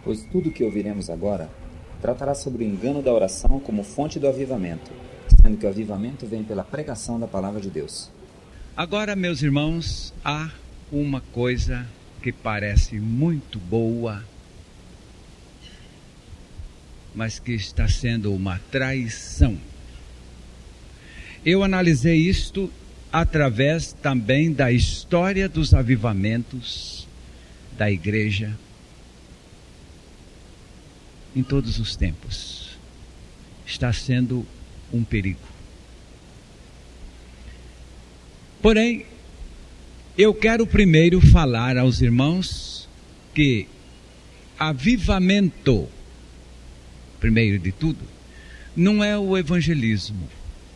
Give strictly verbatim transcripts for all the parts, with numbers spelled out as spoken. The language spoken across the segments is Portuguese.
pois tudo o que ouviremos agora tratará sobre o engano da oração como fonte do avivamento, sendo que o avivamento vem pela pregação da palavra de Deus. Agora, meus irmãos, há uma coisa que parece muito boa, mas que está sendo uma traição. Eu analisei isto através também da história dos avivamentos da igreja em todos os tempos. Está sendo um perigo. Porém, eu quero primeiro falar aos irmãos que avivamento, primeiro de tudo, não é o evangelismo.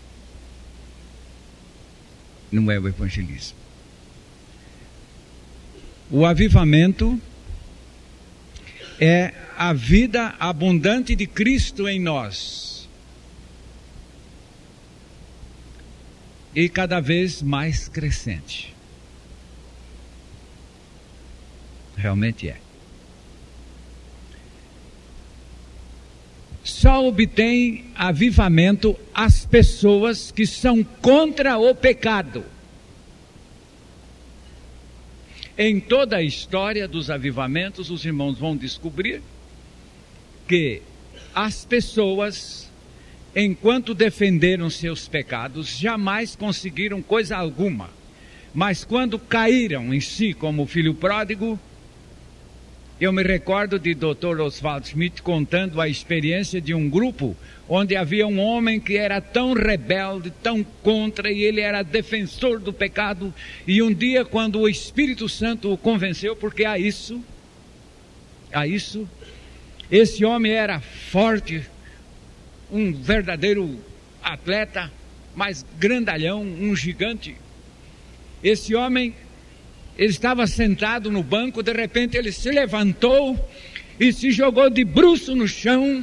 Não é o evangelismo. O avivamento é a vida abundante de Cristo em nós. E cada vez mais crescente. Realmente é. Só obtém avivamento as pessoas que são contra o pecado. Em toda a história dos avivamentos, os irmãos vão descobrir que as pessoas, enquanto defenderam seus pecados, jamais conseguiram coisa alguma. Mas quando caíram em si, como o filho pródigo, eu me recordo de doutor Oswald Schmidt contando a experiência de um grupo onde havia um homem que era tão rebelde, tão contra, e ele era defensor do pecado. E um dia, quando o Espírito Santo o convenceu, porque a isso, a isso, esse homem era forte, um verdadeiro atleta, mas grandalhão, um gigante. Esse homem, ele estava sentado no banco, de repente ele se levantou e se jogou de bruço no chão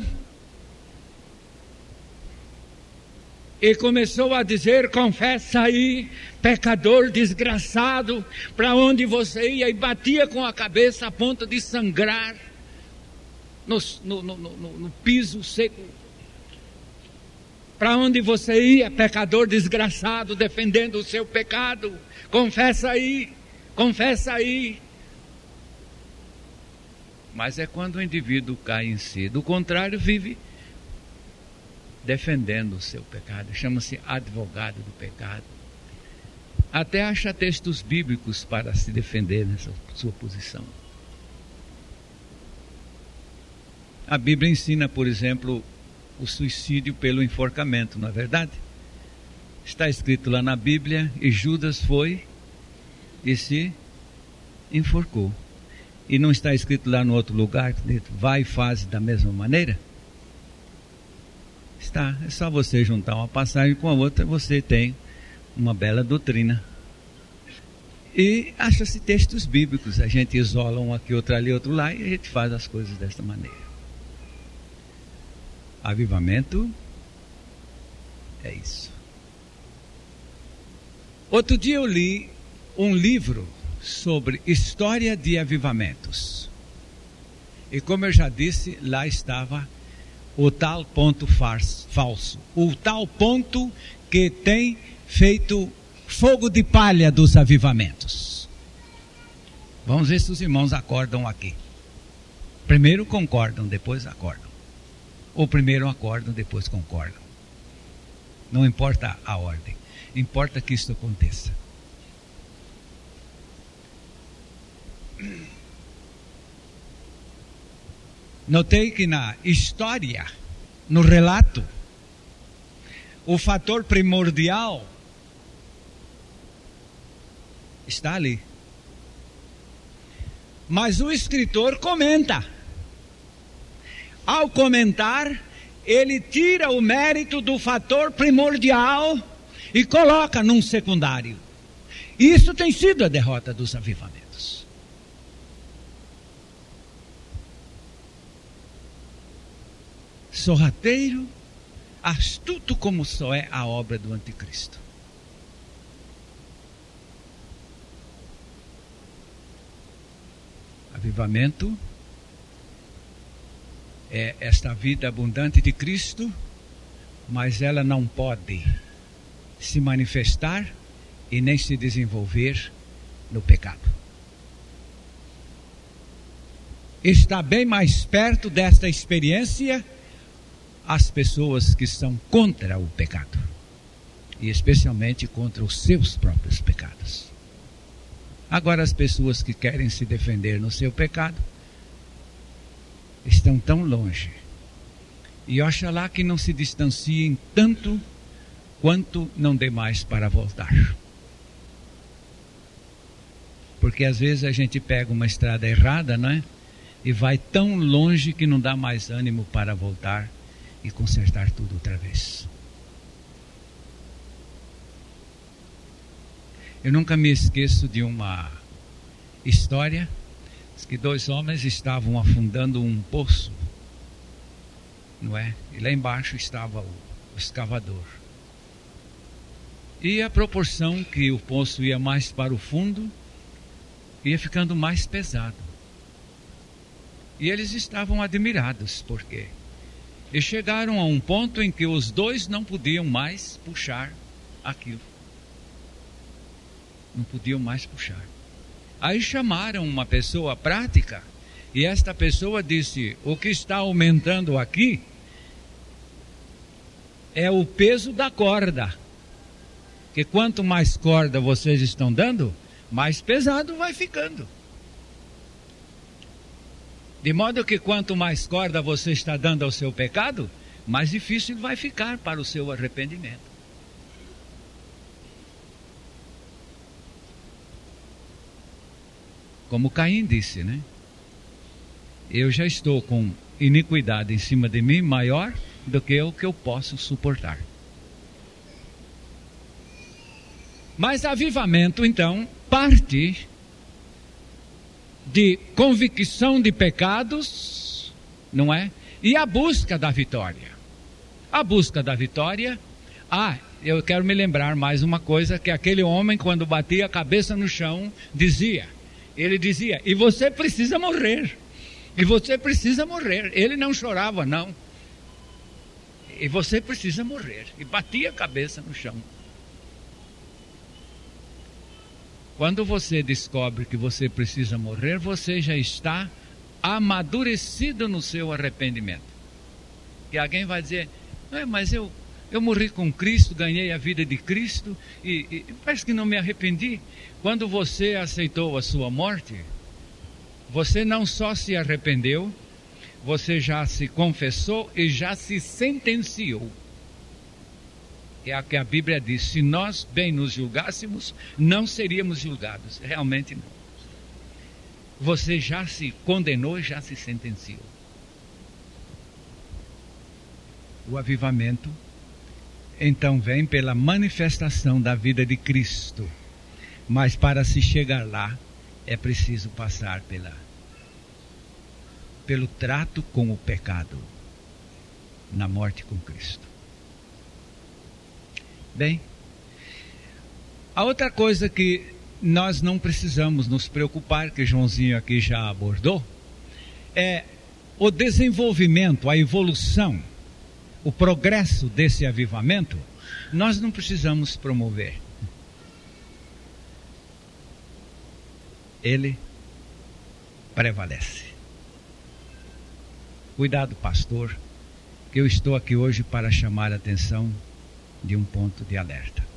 e começou a dizer: confessa aí, pecador desgraçado, para onde você ia? E batia com a cabeça a ponto de sangrar no, no, no, no, no piso seco. Para onde você ia, pecador desgraçado, defendendo o seu pecado? Confessa aí. Confessa aí. Mas é quando o indivíduo cai em si. Do contrário, vive defendendo o seu pecado. Chama-se advogado do pecado. Até acha textos bíblicos para se defender nessa sua posição. A Bíblia ensina, por exemplo, o suicídio pelo enforcamento, não é verdade? Está escrito lá na Bíblia: e Judas foi e se enforcou. E não está escrito lá no outro lugar, vai e faz da mesma maneira? Está, é só você juntar uma passagem com a outra, você tem uma bela doutrina. E acha-se textos bíblicos, a gente isola um aqui, outro ali, outro lá, e a gente faz as coisas desta maneira. Avivamento é isso. Outro dia eu li um livro sobre história de avivamentos. E como eu já disse, lá estava o tal ponto falso, o tal ponto que tem feito fogo de palha dos avivamentos. Vamos ver se os irmãos acordam aqui. Primeiro concordam, depois acordam. Ou primeiro acordam, depois concordam. Não importa a ordem, importa que isso aconteça. Notei que na história, no relato, o fator primordial está ali. Mas o escritor comenta. Ao comentar, ele tira o mérito do fator primordial e coloca num secundário. Isso tem sido a derrota dos avivamentos. Sorrateiro, astuto como só é a obra do anticristo. Avivamento é, esta vida abundante de Cristo, mas ela não pode se manifestar e nem se desenvolver no pecado. Está bem mais perto desta experiência as pessoas que são contra o pecado, e especialmente contra os seus próprios pecados. Agora, as pessoas que querem se defender no seu pecado estão tão longe, e oxalá que não se distanciem tanto quanto não dê mais para voltar. Porque às vezes a gente pega uma estrada errada, não é? E vai tão longe que não dá mais ânimo para voltar e consertar tudo outra vez. Eu nunca me esqueço de uma história que dois homens estavam afundando um poço, não é? E lá embaixo estava o, o escavador. E a proporção que o poço ia mais para o fundo, ia ficando mais pesado. E eles estavam admirados, por quê? E chegaram a um ponto em que os dois não podiam mais puxar aquilo. Não podiam mais puxar. Aí chamaram uma pessoa prática, e esta pessoa disse: o que está aumentando aqui é o peso da corda. Que quanto mais corda vocês estão dando, mais pesado vai ficando. De modo que quanto mais corda você está dando ao seu pecado, mais difícil vai ficar para o seu arrependimento. Como Caim disse, né? Eu já estou com iniquidade em cima de mim maior do que o que eu posso suportar. Mas avivamento, então, parte de convicção de pecados, não é? E a busca da vitória. A busca da vitória. Ah, eu quero me lembrar mais uma coisa, que aquele homem, quando batia a cabeça no chão, dizia, ele dizia, e você precisa morrer, e você precisa morrer. Ele não chorava, não. E você precisa morrer. E batia a cabeça no chão. Quando você descobre que você precisa morrer, você já está amadurecido no seu arrependimento. E alguém vai dizer, é, mas eu, eu morri com Cristo, ganhei a vida de Cristo, e, e parece que não me arrependi. Quando você aceitou a sua morte, você não só se arrependeu, você já se confessou e já se sentenciou. É o que a Bíblia diz, se nós bem nos julgássemos, não seríamos julgados. Realmente não. Você já se condenou e já se sentenciou. O avivamento, então, vem pela manifestação da vida de Cristo. Mas para se chegar lá, é preciso passar pela, pelo trato com o pecado, na morte com Cristo. Bem, a outra coisa que nós não precisamos nos preocupar, que Joãozinho aqui já abordou, é o desenvolvimento, a evolução, o progresso desse avivamento, nós não precisamos promover. Ele prevalece. Cuidado, pastor, que eu estou aqui hoje para chamar a atenção de um ponto de alerta.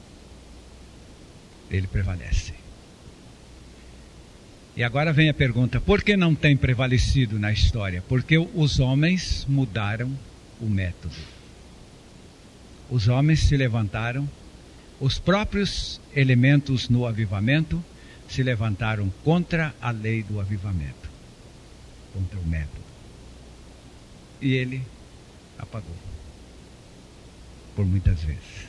Ele prevalece. E agora vem a pergunta, por que não tem prevalecido na história? Porque os homens mudaram o método. Os homens se levantaram, os próprios elementos no avivamento se levantaram contra a lei do avivamento, contra o método. E ele apagou. Por muitas vezes.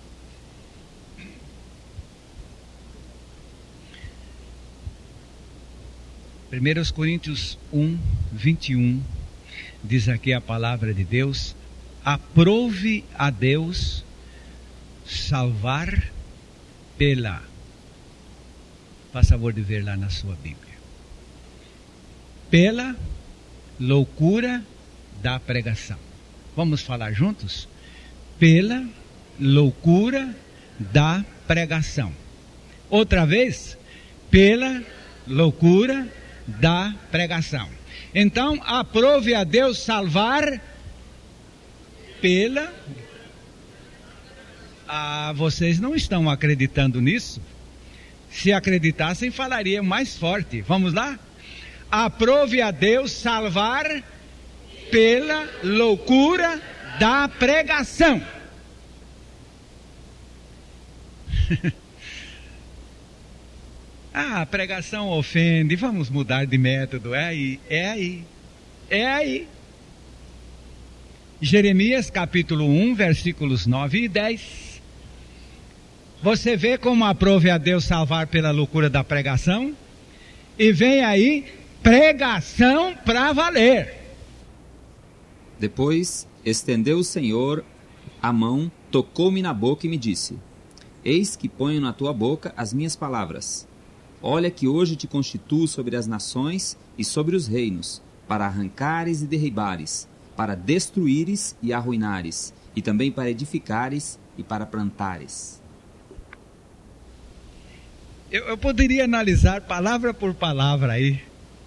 primeira Coríntios um, vinte e um, diz aqui a palavra de Deus, aprove a Deus salvar pela, faz favor de ver lá na sua Bíblia, pela loucura da pregação. Vamos falar juntos? Pela loucura da pregação. Outra vez, pela loucura da pregação. Então, aprove a Deus salvar pela... Ah, vocês não estão acreditando nisso? Se acreditassem, falaria mais forte. Vamos lá? Aprove a Deus salvar pela loucura da pregação. Ah, a pregação ofende, vamos mudar de método. É aí, é aí, é aí. Jeremias capítulo um, versículos nove e dez. Você vê como aprove a Deus salvar pela loucura da pregação? E vem aí, pregação para valer. Depois, estendeu o Senhor a mão, tocou-me na boca e me disse: Eis que ponho na tua boca as minhas palavras. Olha que hoje te constituo sobre as nações e sobre os reinos, para arrancares e derribares, para destruíres e arruinares, e também para edificares e para plantares. Eu, eu poderia analisar palavra por palavra aí.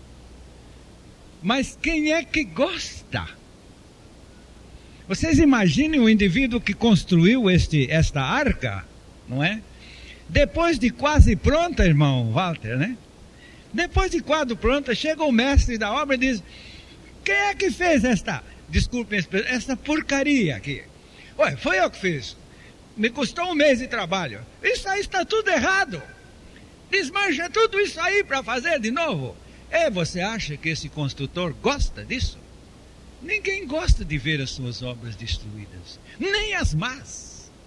Mas quem é que gosta? Vocês imaginem o indivíduo que construiu este, esta arca, não é? Depois de quase pronta, irmão Walter, né? Depois de quase pronta, chega o mestre da obra e diz: quem é que fez esta, desculpem, esta porcaria aqui? Ué, foi eu que fiz. Me custou um mês de trabalho. Isso aí está tudo errado. Desmancha tudo isso aí para fazer de novo. E você acha que esse construtor gosta disso? Ninguém gosta de ver as suas obras destruídas, nem as más.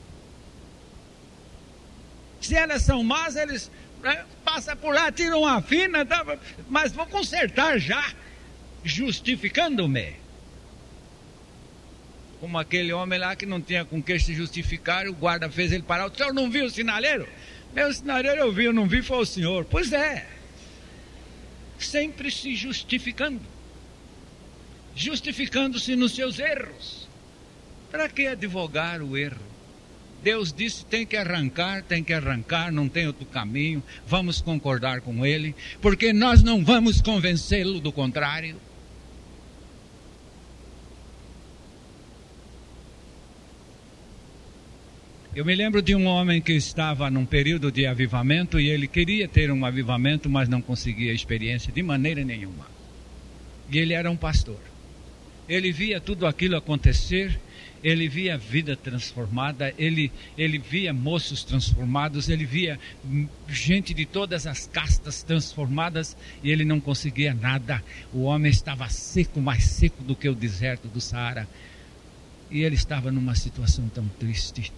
Se elas são más, eles né, passam por lá, tiram uma fina, tá, mas vão consertar já, justificando-me. Como aquele homem lá que não tinha com que se justificar, o guarda fez ele parar. O senhor não viu o sinaleiro? Meu sinaleiro eu vi, eu não vi, foi o senhor. Pois é, sempre se justificando, justificando-se nos seus erros. Para que advogar o erro? Deus disse: tem que arrancar, tem que arrancar, não tem outro caminho, vamos concordar com ele, porque nós não vamos convencê-lo do contrário. Eu me lembro de um homem que estava num período de avivamento e ele queria ter um avivamento, mas não conseguia experiência de maneira nenhuma. E ele era um pastor. Ele via tudo aquilo acontecer, ele via a vida transformada, ele, ele via moços transformados, ele via gente de todas as castas transformadas e ele não conseguia nada. O homem estava seco, mais seco do que o deserto do Saara. E ele estava numa situação tão triste.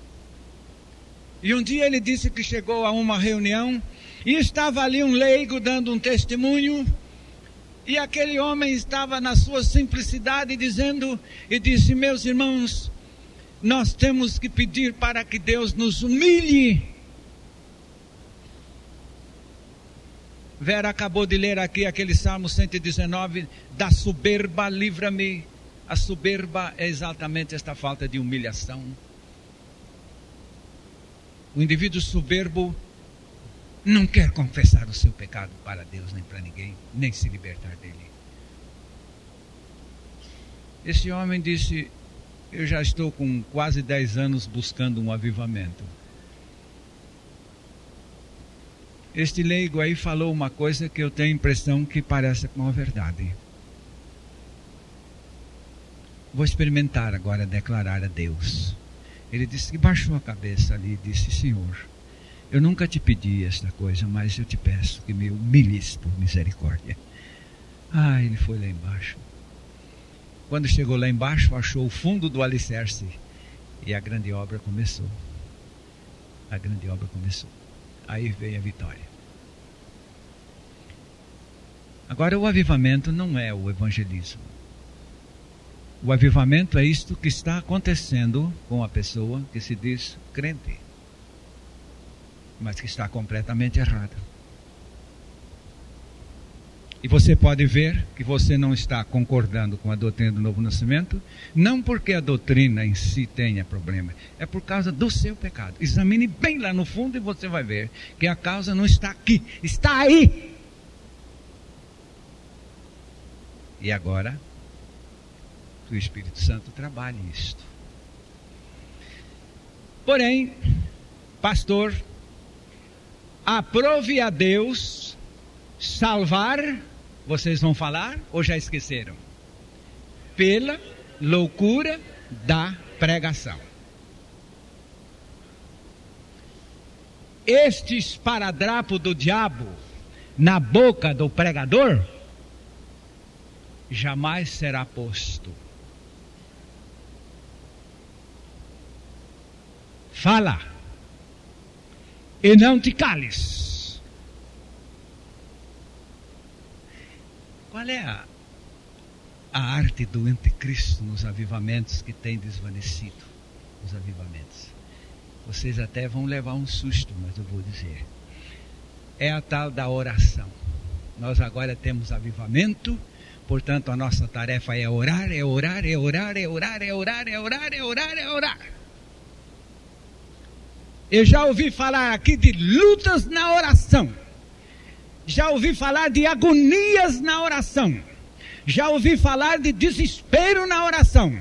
E um dia ele disse que chegou a uma reunião e estava ali um leigo dando um testemunho. E aquele homem estava na sua simplicidade dizendo, e disse: meus irmãos, nós temos que pedir para que Deus nos humilhe. Vera acabou de ler aqui aquele Salmo cento e dezenove, da soberba livra-me. A soberba é exatamente esta falta de humilhação. O indivíduo soberbo não quer confessar o seu pecado para Deus, nem para ninguém, nem se libertar dele. Esse homem disse: eu já estou com quase dez anos buscando um avivamento. Este leigo aí falou uma coisa que eu tenho a impressão que parece com a verdade. Vou experimentar agora declarar a Deus. Ele disse que baixou a cabeça ali e disse: Senhor, eu nunca te pedi esta coisa, mas eu te peço que me humilhes por misericórdia. Ah, ele foi lá embaixo. Quando chegou lá embaixo, achou o fundo do alicerce e a grande obra começou. A grande obra começou. Aí veio a vitória. Agora, o avivamento não é o evangelismo. O avivamento é isto que está acontecendo com a pessoa que se diz crente, mas que está completamente errada. E você pode ver que você não está concordando com a doutrina do novo nascimento, não porque a doutrina em si tenha problema, é por causa do seu pecado. Examine bem lá no fundo e você vai ver que a causa não está aqui, está aí. E agora, que o Espírito Santo trabalhe isto. Porém, pastor, aprove a Deus salvar, vocês vão falar ou já esqueceram? Pela loucura da pregação. Este esparadrapo do diabo na boca do pregador jamais será posto. Fala, e não te cales. Qual é a, a arte do anticristo nos avivamentos que tem desvanecido? Os avivamentos. Vocês até vão levar um susto, mas eu vou dizer. É a tal da oração. Nós agora temos avivamento, portanto a nossa tarefa é orar, é orar, é orar, é orar, é orar, é orar, é orar, é orar. Eu já ouvi falar aqui de lutas na oração. Já ouvi falar de agonias na oração. Já ouvi falar de desespero na oração.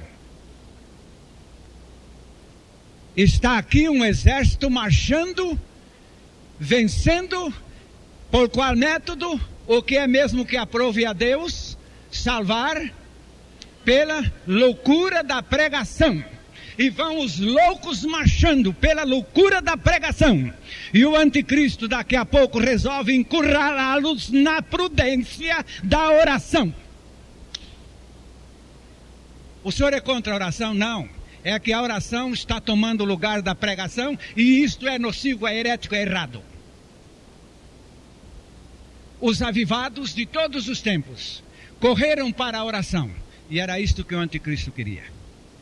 Está aqui um exército marchando, vencendo, por qual método? O que é mesmo que aprove a Deus? Salvar pela loucura da pregação. E vão os loucos marchando pela loucura da pregação. E o anticristo daqui a pouco resolve encurralá-los na prudência da oração. O senhor é contra a oração? Não. É que a oração está tomando o lugar da pregação e isto é nocivo, é herético, é errado. Os avivados de todos os tempos correram para a oração. E era isto que o anticristo queria.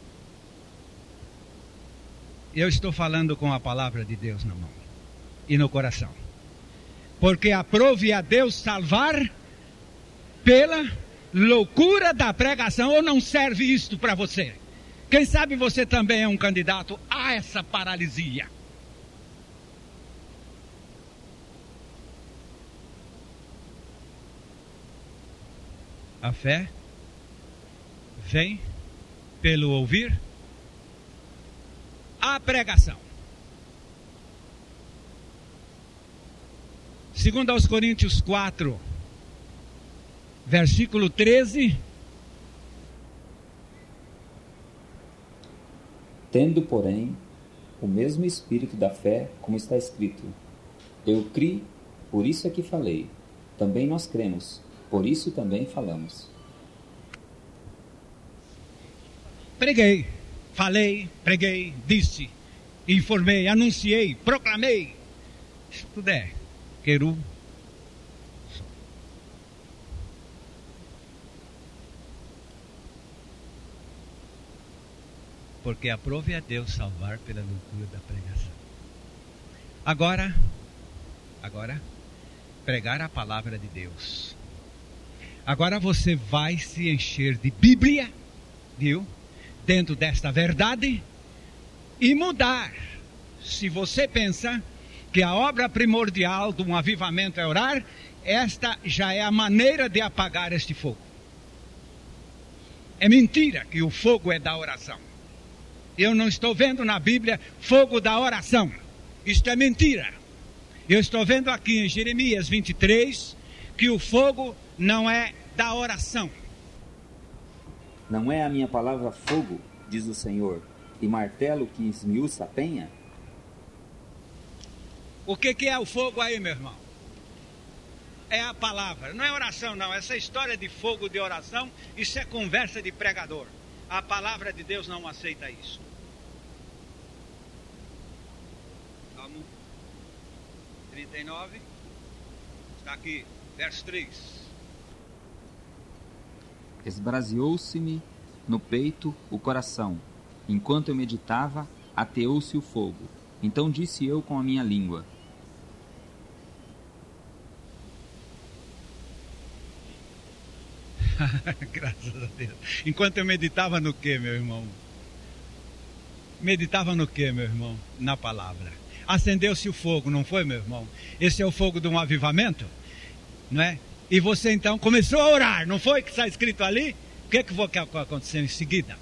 Eu estou falando com a palavra de Deus na mão e no coração. Porque aprove a Deus salvar pela loucura da pregação. Ou não serve isto para você? Quem sabe você também é um candidato a essa paralisia. A fé vem pelo ouvir a pregação. Segundo aos Coríntios quatro, versículo treze. Tendo, porém, o mesmo espírito da fé, como está escrito: eu criei, por isso é que falei. Também nós cremos, por isso também falamos. Preguei. Falei, preguei, disse, informei, anunciei, proclamei. Se puder, queru. Porque aprove a Deus salvar pela loucura da pregação. Agora, agora, pregar a palavra de Deus. Agora você vai se encher de Bíblia, viu? Dentro desta verdade e mudar. Se você pensa que a obra primordial de um avivamento é orar, esta já é a maneira de apagar este fogo. É mentira que o fogo é da oração. Eu não estou vendo na Bíblia fogo da oração. Isto é mentira. Eu estou vendo aqui em Jeremias vinte e três que o fogo não é da oração. Não é a minha palavra fogo, diz o Senhor, e martelo que esmiuça a penha? O que, que é o fogo aí, meu irmão? É a palavra, não é oração não. Essa história de fogo de oração, isso é conversa de pregador. A palavra de Deus não aceita isso. Salmo trinta e nove, está aqui, verso três. Esbraseou-se-me no peito o coração. Enquanto eu meditava, ateou-se o fogo. Então disse eu com a minha língua: Graças a Deus. Enquanto eu meditava no que, meu irmão? Meditava no que, meu irmão? Na palavra. Acendeu-se o fogo, não foi, meu irmão? Esse é o fogo de um avivamento, não é? E você então começou a orar, não foi que está escrito ali? O que é que vai acontecer em seguida?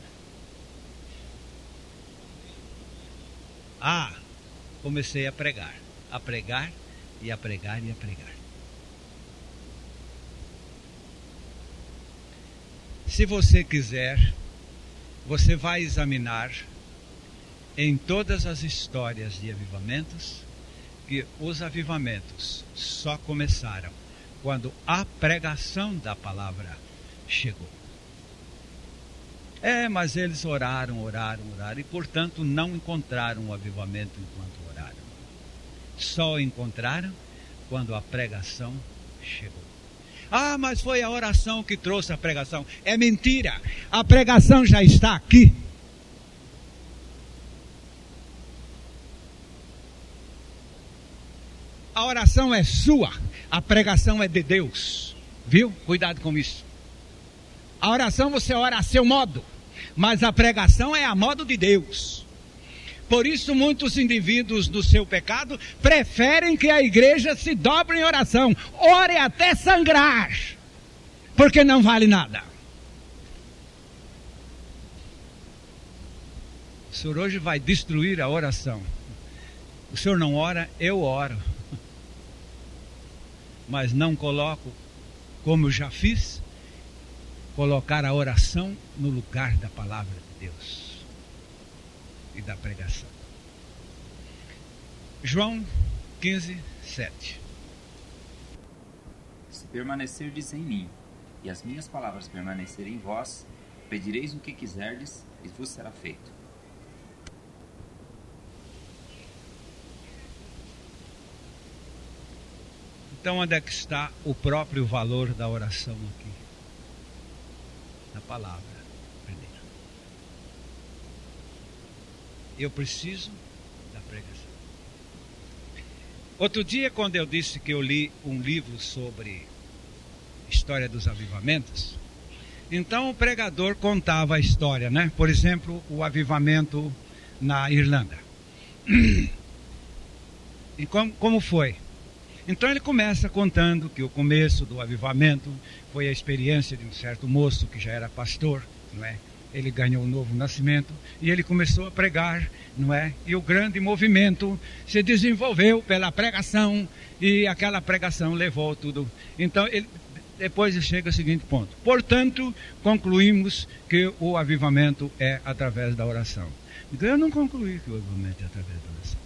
Ah, comecei a pregar, a pregar e a pregar e a pregar. Se você quiser, você vai examinar em todas as histórias de avivamentos que os avivamentos só começaram quando a pregação da palavra chegou. É, mas eles oraram, oraram, oraram e portanto não encontraram o avivamento enquanto oraram. Só encontraram quando a pregação chegou. Ah, mas foi a oração que trouxe a pregação. É mentira, a pregação já está aqui. A oração é sua, a pregação é de Deus, viu? Cuidado com isso. A oração você ora a seu modo, mas a pregação é a modo de Deus. Por isso muitos indivíduos do seu pecado preferem que a igreja se dobre em oração, ore até sangrar, porque não vale nada. O senhor hoje vai destruir a oração. O senhor não ora, eu oro. Mas não coloco, como eu já fiz, colocar a oração no lugar da palavra de Deus e da pregação. João quinze, sete. Se permanecerdes em mim, e as minhas palavras permanecerem em vós, pedireis o que quiserdes, e vos será feito. Então onde é que está o próprio valor da oração aqui? Na palavra, primeiro. Eu preciso da pregação. Outro dia, quando eu disse que eu li um livro sobre história dos avivamentos, então o pregador contava a história, né? Por exemplo, o avivamento na Irlanda. E como, como foi? Então ele começa contando que o começo do avivamento foi a experiência de um certo moço que já era pastor, não é? Ele ganhou um novo nascimento e ele começou a pregar, não é? E o grande movimento se desenvolveu pela pregação e aquela pregação levou tudo. Então ele, depois chega ao seguinte ponto: portanto, concluímos que o avivamento é através da oração. Então eu não concluí que o avivamento é através da oração.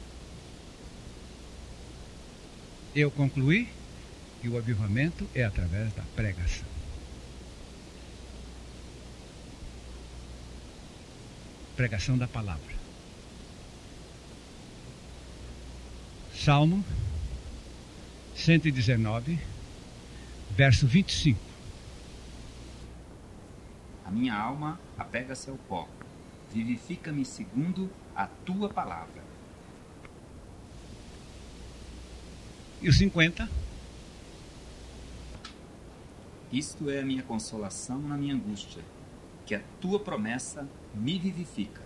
Eu concluí que o avivamento é através da pregação. Pregação da palavra. Salmo cento e dezenove, verso vinte e cinco. A minha alma apega-se ao pó, vivifica-me segundo a tua palavra. E o cinquenta? Isto é a minha consolação na minha angústia, que a tua promessa me vivifica.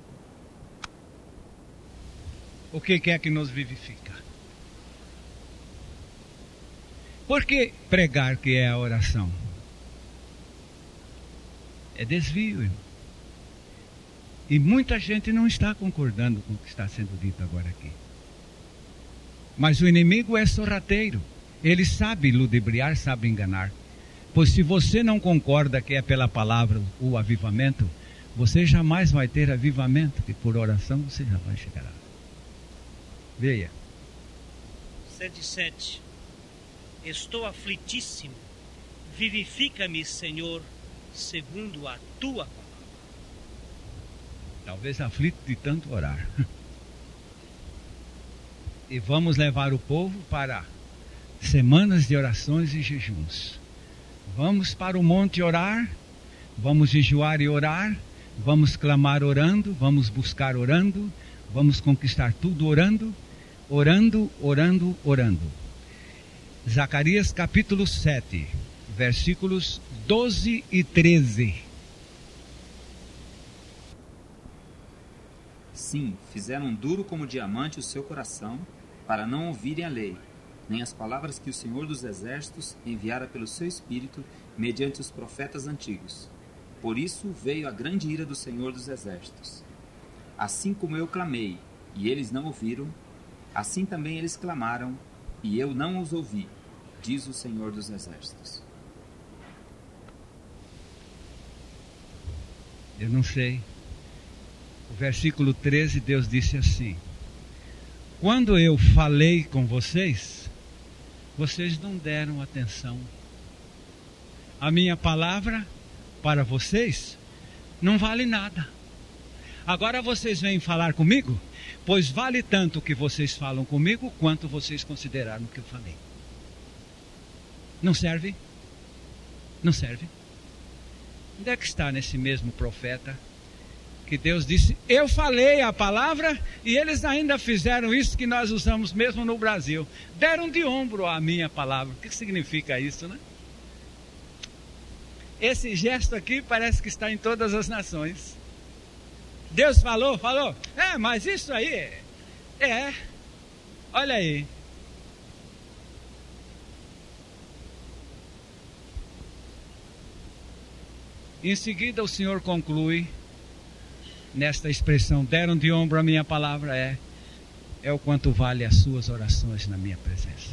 O que é que nos vivifica? Por que pregar que é a oração? É desvio, irmão. E muita gente não está concordando com o que está sendo dito agora aqui. Mas o inimigo é sorrateiro. Ele sabe ludibriar, sabe enganar. Pois se você não concorda que é pela palavra o avivamento, você jamais vai ter avivamento, que por oração você já vai chegar lá. Veja. sete, sete. Estou aflitíssimo. Vivifica-me, Senhor, segundo a tua palavra. Talvez aflito de tanto orar. E vamos levar o povo para semanas de orações e jejuns. Vamos para o monte orar, vamos jejuar e orar, vamos clamar orando, vamos buscar orando, vamos conquistar tudo orando, orando, orando, orando. Zacarias capítulo sete, versículos doze e treze. Sim, fizeram duro como diamante o seu coração, para não ouvirem a lei, nem as palavras que o Senhor dos Exércitos enviara pelo seu Espírito, mediante os profetas antigos. Por isso veio a grande ira do Senhor dos Exércitos. Assim como eu clamei, e eles não ouviram, assim também eles clamaram, e eu não os ouvi, diz o Senhor dos Exércitos. Eu não sei. O versículo treze, Deus disse assim: quando eu falei com vocês, vocês não deram atenção. A minha palavra para vocês não vale nada. Agora vocês vêm falar comigo, pois vale tanto o que vocês falam comigo, quanto vocês consideraram o que eu falei. Não serve? Não serve? Onde é que está nesse mesmo profeta que Deus disse, eu falei a palavra e eles ainda fizeram isso que nós usamos mesmo no Brasil, deram de ombro a minha palavra? O que significa isso, né? Esse gesto aqui parece que está em todas as nações. Deus falou, falou, é, mas isso aí é, é olha aí. Em seguida o Senhor conclui nesta expressão, deram de ombro a minha palavra, é, é o quanto vale as suas orações na minha presença.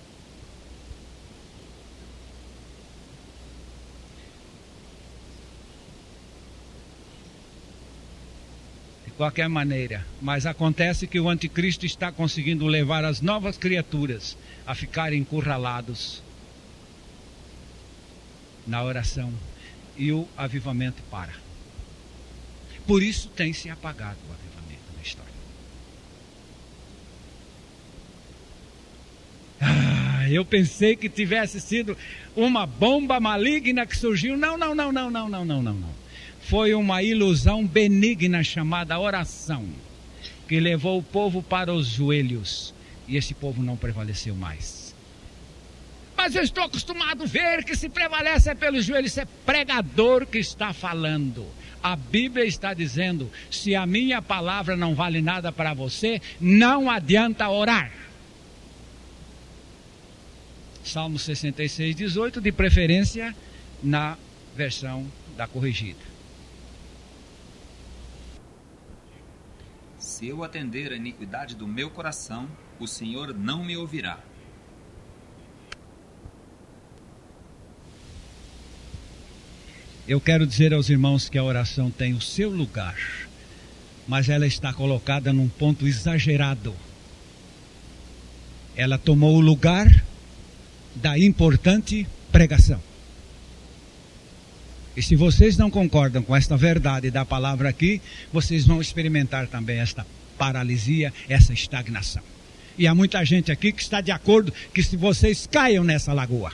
De qualquer maneira, mas acontece que o anticristo está conseguindo levar as novas criaturas a ficarem encurralados na oração, e o avivamento para. Por isso tem se apagado o avivamento na história. Ah, eu pensei que tivesse sido uma bomba maligna que surgiu. Não, não, não, não, não, não, não, não, não. Foi uma ilusão benigna chamada oração, que levou o povo para os joelhos, e esse povo não prevaleceu mais. Mas eu estou acostumado a ver que se prevalece é pelos joelhos. Isso é pregador que está falando. A Bíblia está dizendo, se a minha palavra não vale nada para você, não adianta orar. Salmo sessenta e seis, dezoito, de preferência na versão da corrigida. Se eu atender a iniquidade do meu coração, o Senhor não me ouvirá. Eu quero dizer aos irmãos que a oração tem o seu lugar, mas ela está colocada num ponto exagerado. Ela tomou o lugar da importante pregação. E se vocês não concordam com esta verdade da palavra aqui, vocês vão experimentar também esta paralisia, essa estagnação. E há muita gente aqui que está de acordo que se vocês caiam nessa lagoa.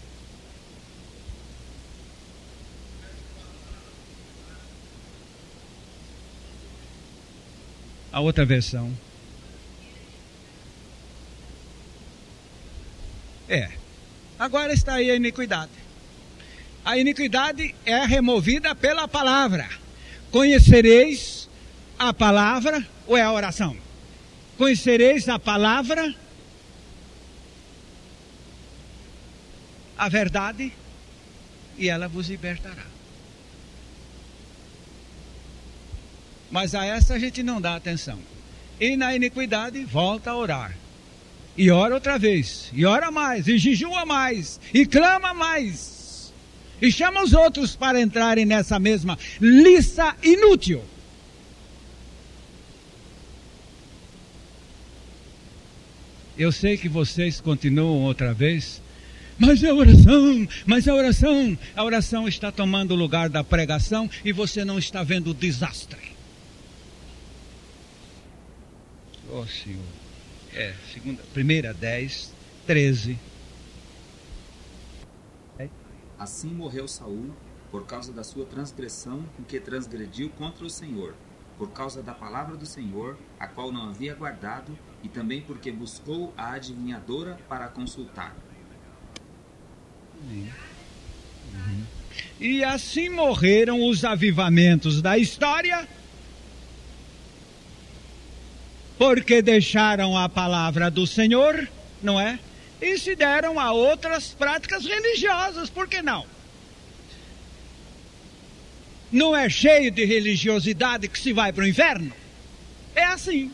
A outra versão. É. Agora está aí a iniquidade. A iniquidade é removida pela palavra. Conhecereis a palavra, ou é a oração? Conhecereis a palavra, a verdade, e ela vos libertará. Mas a essa a gente não dá atenção. E na iniquidade, volta a orar. E ora outra vez. E ora mais. E jejua mais. E clama mais. E chama os outros para entrarem nessa mesma lista inútil. Eu sei que vocês continuam outra vez. Mas a oração, mas a oração. A oração está tomando o lugar da pregação e você não está vendo o desastre. Oh Senhor, é, segunda, primeira dez, treze. Assim morreu Saul, por causa da sua transgressão, com que transgrediu contra o Senhor, por causa da palavra do Senhor, a qual não havia guardado, e também porque buscou a adivinhadora para consultar. Uhum. E assim morreram os avivamentos da história, porque deixaram a palavra do Senhor, não é? E se deram a outras práticas religiosas, por que não? Não é cheio de religiosidade que se vai para o inferno? É assim.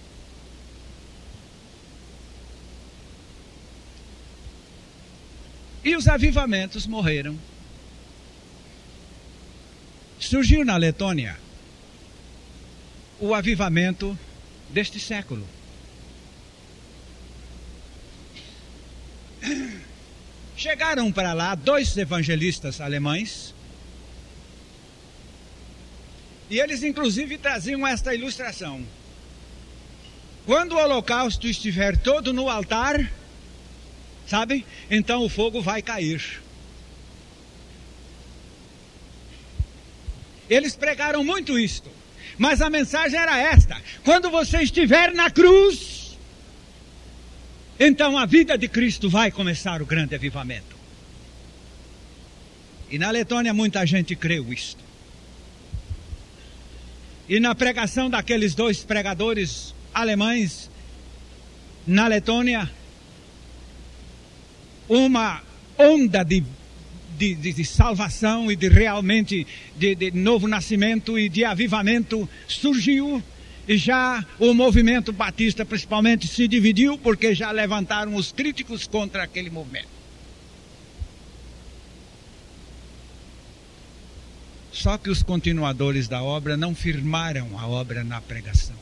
E os avivamentos morreram. Surgiu na Letônia o avivamento deste século. Chegaram para lá dois evangelistas alemães, e eles inclusive traziam esta ilustração. Quando o holocausto estiver todo no altar, sabe? Então o fogo vai cair. Eles pregaram muito isto, mas a mensagem era esta: quando você estiver na cruz, então a vida de Cristo vai começar o grande avivamento. E na Letônia muita gente creu isto. E na pregação daqueles dois pregadores alemães na Letônia, uma onda de, de, de, de salvação e de realmente de, de novo nascimento e de avivamento surgiu. E já o movimento batista principalmente se dividiu, porque já levantaram os críticos contra aquele movimento. Só que os continuadores da obra não firmaram a obra na pregação.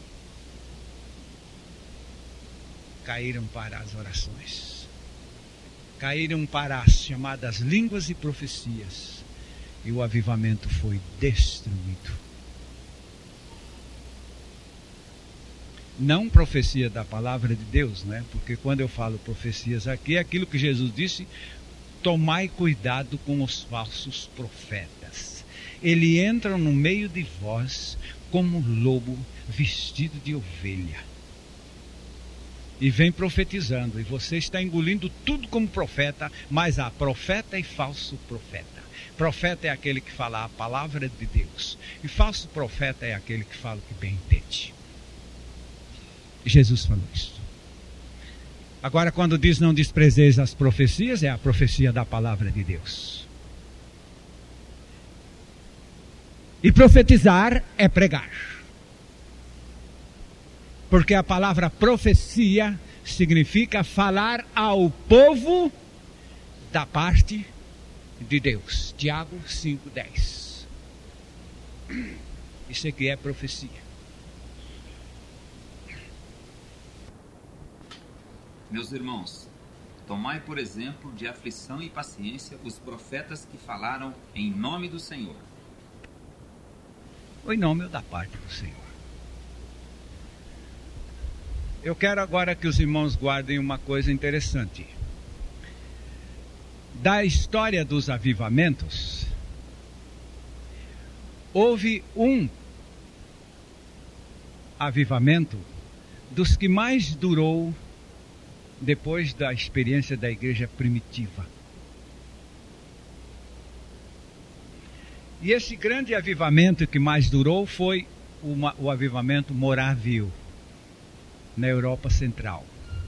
Caíram para as orações. Caíram para as chamadas línguas e profecias. E o avivamento foi destruído. Não profecia da palavra de Deus, né? Porque quando eu falo profecias aqui, é aquilo que Jesus disse: tomai cuidado com os falsos profetas. Eles entram no meio de vós como lobo vestido de ovelha. E vem profetizando, e você está engolindo tudo como profeta, mas há profeta e falso profeta. Profeta é aquele que fala a palavra de Deus, e falso profeta é aquele que fala o que bem entende. Jesus falou isso. Agora, quando diz não desprezeis as profecias, é a profecia da palavra de Deus. E profetizar é pregar. Porque a palavra profecia significa falar ao povo da parte de Deus. Tiago cinco, dez. Isso aqui é profecia. Meus irmãos, tomai por exemplo de aflição e paciência os profetas que falaram em nome do Senhor. Ou em nome da parte do Senhor. Eu quero agora que os irmãos guardem uma coisa interessante. Da história dos avivamentos, houve um avivamento dos que mais durou depois da experiência da igreja primitiva. E esse grande avivamento que mais durou foi uma, o avivamento morávio, na Europa Central.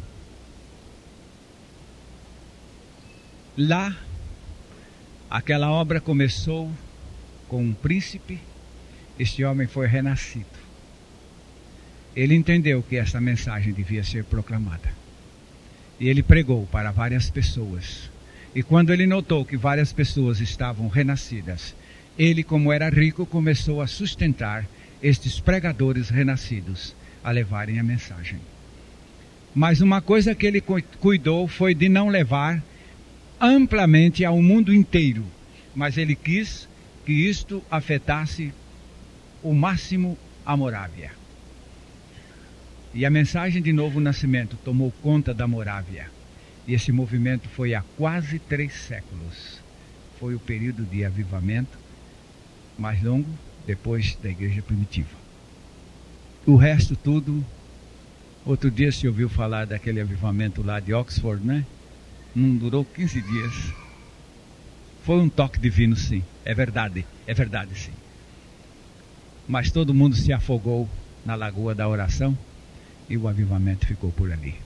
Lá, aquela obra começou com um príncipe. Este homem foi renascido. Ele entendeu que essa mensagem devia ser proclamada. E ele pregou para várias pessoas. E quando ele notou que várias pessoas estavam renascidas, ele, como era rico, começou a sustentar estes pregadores renascidos a levarem a mensagem. Mas uma coisa que ele cuidou foi de não levar amplamente ao mundo inteiro, mas ele quis que isto afetasse o máximo a Morávia. E a mensagem de novo nascimento tomou conta da Morávia. E esse movimento foi há quase três séculos. Foi o período de avivamento mais longo depois da igreja primitiva. O resto tudo, outro dia se ouviu falar daquele avivamento lá de Oxford, né? Não durou quinze dias. Foi um toque divino, sim. É verdade, é verdade, sim. Mas todo mundo se afogou na lagoa da oração e o avivamento ficou por ali.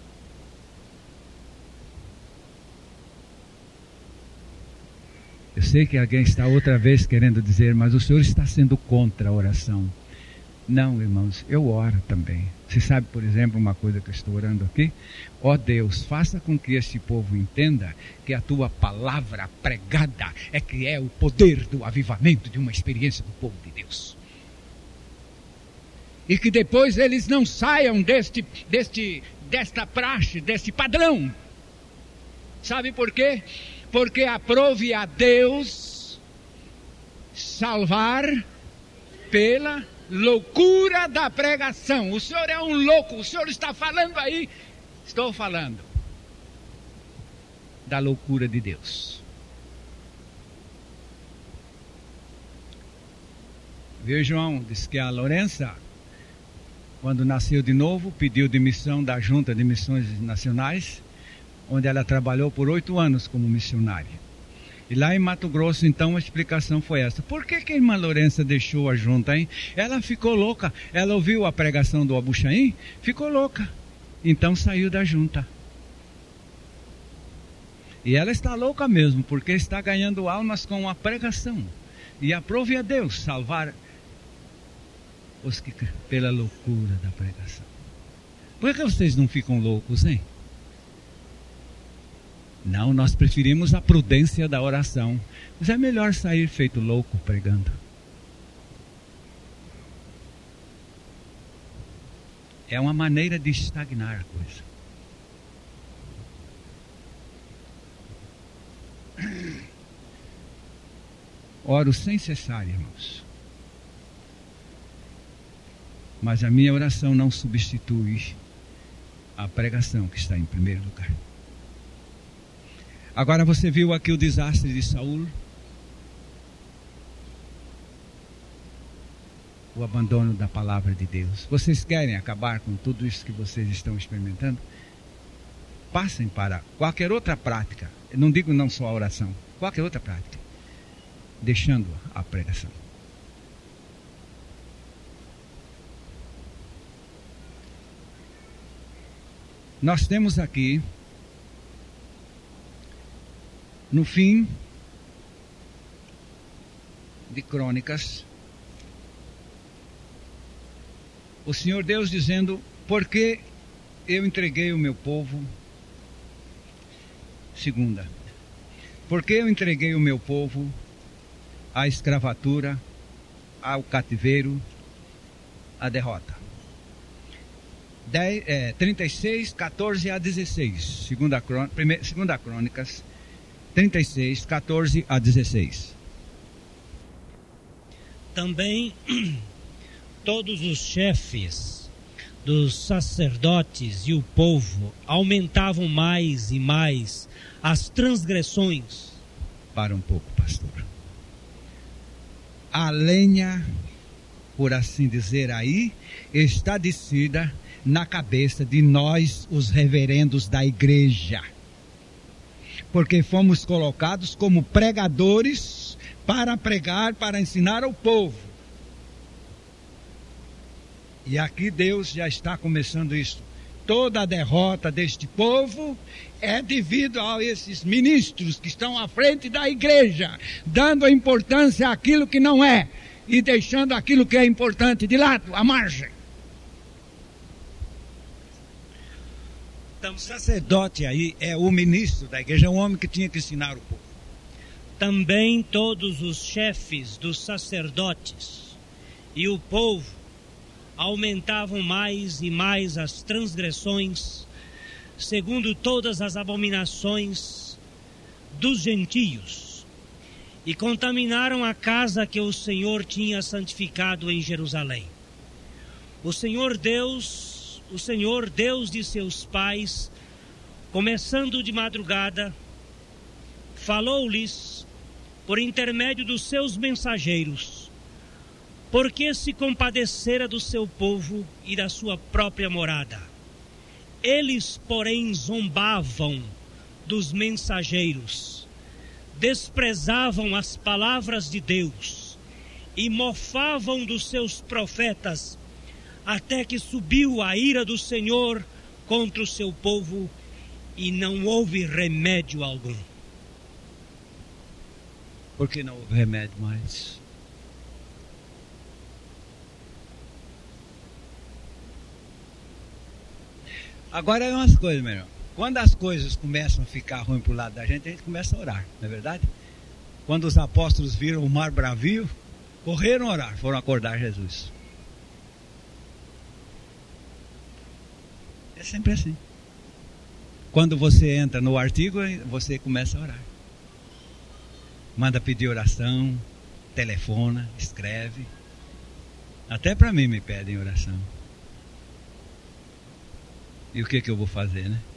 Eu sei que alguém está outra vez querendo dizer, mas o senhor está sendo contra a oração. Não, irmãos, eu oro também. Você sabe, por exemplo, uma coisa que eu estou orando aqui? Ó oh Deus, faça com que este povo entenda que a tua palavra pregada é que é o poder do avivamento de uma experiência do povo de Deus. E que depois eles não saiam deste, deste, desta praxe, deste padrão. Sabe por quê? Porque aprove a Deus salvar pela loucura da pregação. O senhor é um louco, o senhor está falando aí. Estou falando da loucura de Deus. Viu, João? Diz que a Lourença, quando nasceu de novo, pediu demissão da Junta de Missões Nacionais, onde ela trabalhou por oito anos como missionária. E lá em Mato Grosso, então, a explicação foi essa. Por que que a irmã Lourença deixou a junta, hein? Ela ficou louca. Ela ouviu a pregação do Abuchaim, ficou louca. Então saiu da junta. E ela está louca mesmo, porque está ganhando almas com a pregação. E aprove a Deus salvar os que pela loucura da pregação. Por que vocês não ficam loucos, hein? Não, nós preferimos a prudência da oração. Mas é melhor sair feito louco pregando. É uma maneira de estagnar a coisa. Oro sem cessar, irmãos. Mas a minha oração não substitui a pregação que está em primeiro lugar. Agora você viu aqui o desastre de Saul, o abandono da palavra de Deus. Vocês querem acabar com tudo isso que vocês estão experimentando? Passem para qualquer outra prática, eu não digo não só a oração, qualquer outra prática, deixando a pregação. Nós temos aqui, no fim de Crônicas, o Senhor Deus dizendo: porque eu entreguei o meu povo, segunda, porque eu entreguei o meu povo à escravatura, ao cativeiro, à derrota. dez, é, trinta e seis, catorze a dezesseis, segunda, primeira, segunda Crônicas, trinta e seis, catorze a dezesseis. Também todos os chefes dos sacerdotes e o povo aumentavam mais e mais as transgressões. Para um pouco, pastor. A lenha, por assim dizer aí, está descida na cabeça de nós, os reverendos da igreja. Porque fomos colocados como pregadores para pregar, para ensinar ao povo. E aqui Deus já está começando isso. Toda a derrota deste povo é devido a esses ministros que estão à frente da igreja, dando a importância àquilo que não é e deixando aquilo que é importante de lado, à margem. O sacerdote aí é o ministro da igreja, é um homem que tinha que ensinar o povo. Também todos os chefes dos sacerdotes e o povo aumentavam mais e mais as transgressões, segundo todas as abominações dos gentios, e contaminaram a casa que o Senhor tinha santificado em Jerusalém. O Senhor Deus, o Senhor Deus de seus pais, começando de madrugada, falou-lhes por intermédio dos seus mensageiros, porque se compadecera do seu povo e da sua própria morada. Eles, porém, zombavam dos mensageiros, desprezavam as palavras de Deus e mofavam dos seus profetas, até que subiu a ira do Senhor contra o seu povo e não houve remédio algum. Por que não houve remédio mais? Agora é umas coisas, meu irmão. Quando as coisas começam a ficar ruins para o lado da gente, a gente começa a orar, não é verdade? Quando os apóstolos viram o mar bravio, correram a orar, foram acordar Jesus. É sempre assim. Quando você entra no artigo, você começa a orar. Manda pedir oração, telefona, escreve. Até para mim me pedem oração. E o que que eu vou fazer, né?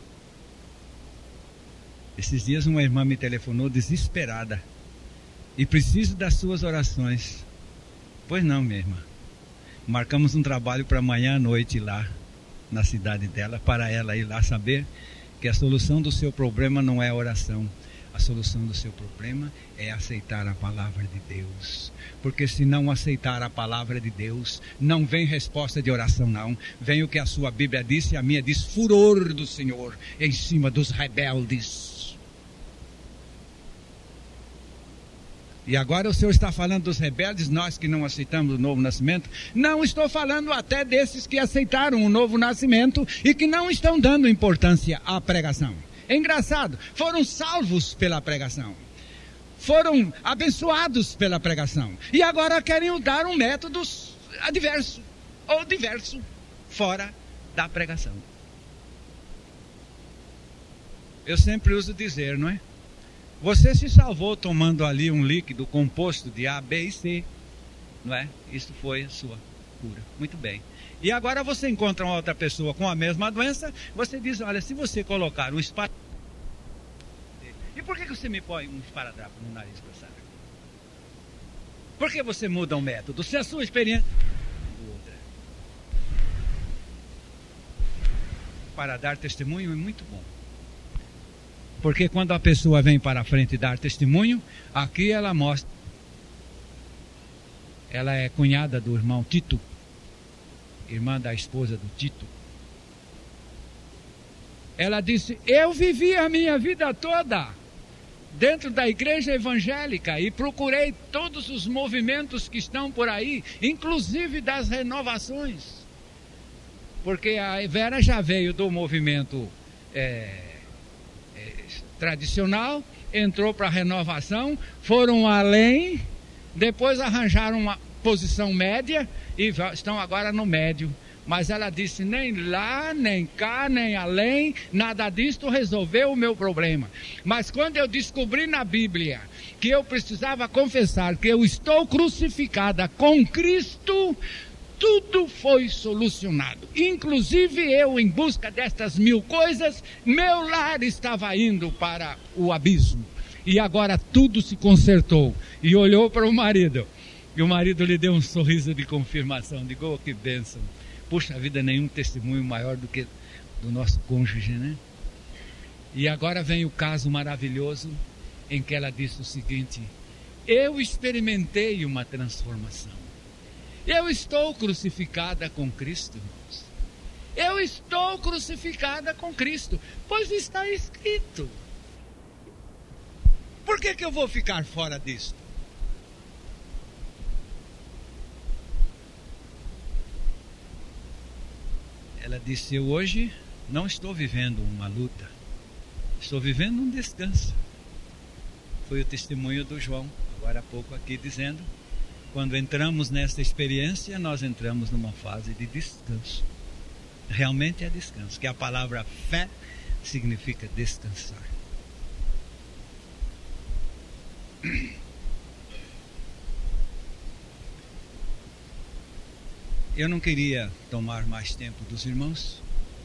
Esses dias uma irmã me telefonou desesperada. E preciso das suas orações. Pois não, minha irmã. Marcamos um trabalho para amanhã à noite lá na cidade dela, para ela ir lá saber que a solução do seu problema não é a oração. A solução do seu problema é aceitar a palavra de Deus. Porque se não aceitar a palavra de Deus, não vem resposta de oração não. Vem o que a sua Bíblia disse e a minha diz, furor do Senhor em cima dos rebeldes. E agora o Senhor está falando dos rebeldes, nós que não aceitamos o novo nascimento. Não, estou falando até desses que aceitaram o novo nascimento e que não estão dando importância à pregação. É engraçado, foram salvos pela pregação. Foram abençoados pela pregação. E agora querem dar um método adverso ou diverso, fora da pregação. Eu sempre uso dizer, não é? Você se salvou tomando ali um líquido composto de A, B e C, não é? Isso foi a sua cura. Muito bem. E agora você encontra uma outra pessoa com a mesma doença, você diz, olha, se você colocar um esparadrapo... E por que você me põe um esparadrapo no nariz para sarar? Por que você muda o método? Se a sua experiência... Outra. Para dar testemunho é muito bom. Porque quando a pessoa vem para a frente dar testemunho, aqui ela mostra. Ela é cunhada do irmão Tito, irmã da esposa do Tito. Ela disse, eu vivi a minha vida toda dentro da igreja evangélica e procurei todos os movimentos que estão por aí, inclusive das renovações. Porque a Vera já veio do movimento... É, tradicional, entrou para a renovação, foram além, depois arranjaram uma posição média e estão agora no médio. Mas ela disse, nem lá, nem cá, nem além, nada disto resolveu o meu problema. Mas quando eu descobri na Bíblia que eu precisava confessar que eu estou crucificada com Cristo, tudo foi solucionado, inclusive eu em busca destas mil coisas, meu lar estava indo para o abismo, e agora tudo se consertou, e olhou para o marido, e o marido lhe deu um sorriso de confirmação, digo, oh, que bênção, puxa vida, nenhum testemunho maior do que do nosso cônjuge, né? E agora vem o caso maravilhoso, em que ela disse o seguinte, eu experimentei uma transformação. Eu estou crucificada com Cristo, irmãos. Eu estou crucificada com Cristo, pois está escrito. Por que que eu vou ficar fora disso? Ela disse, eu hoje não estou vivendo uma luta, estou vivendo um descanso. Foi o testemunho do João, agora há pouco aqui, dizendo, quando entramos nessa experiência, nós entramos numa fase de descanso. Realmente é descanso, que a palavra fé significa descansar. Eu não queria tomar mais tempo dos irmãos,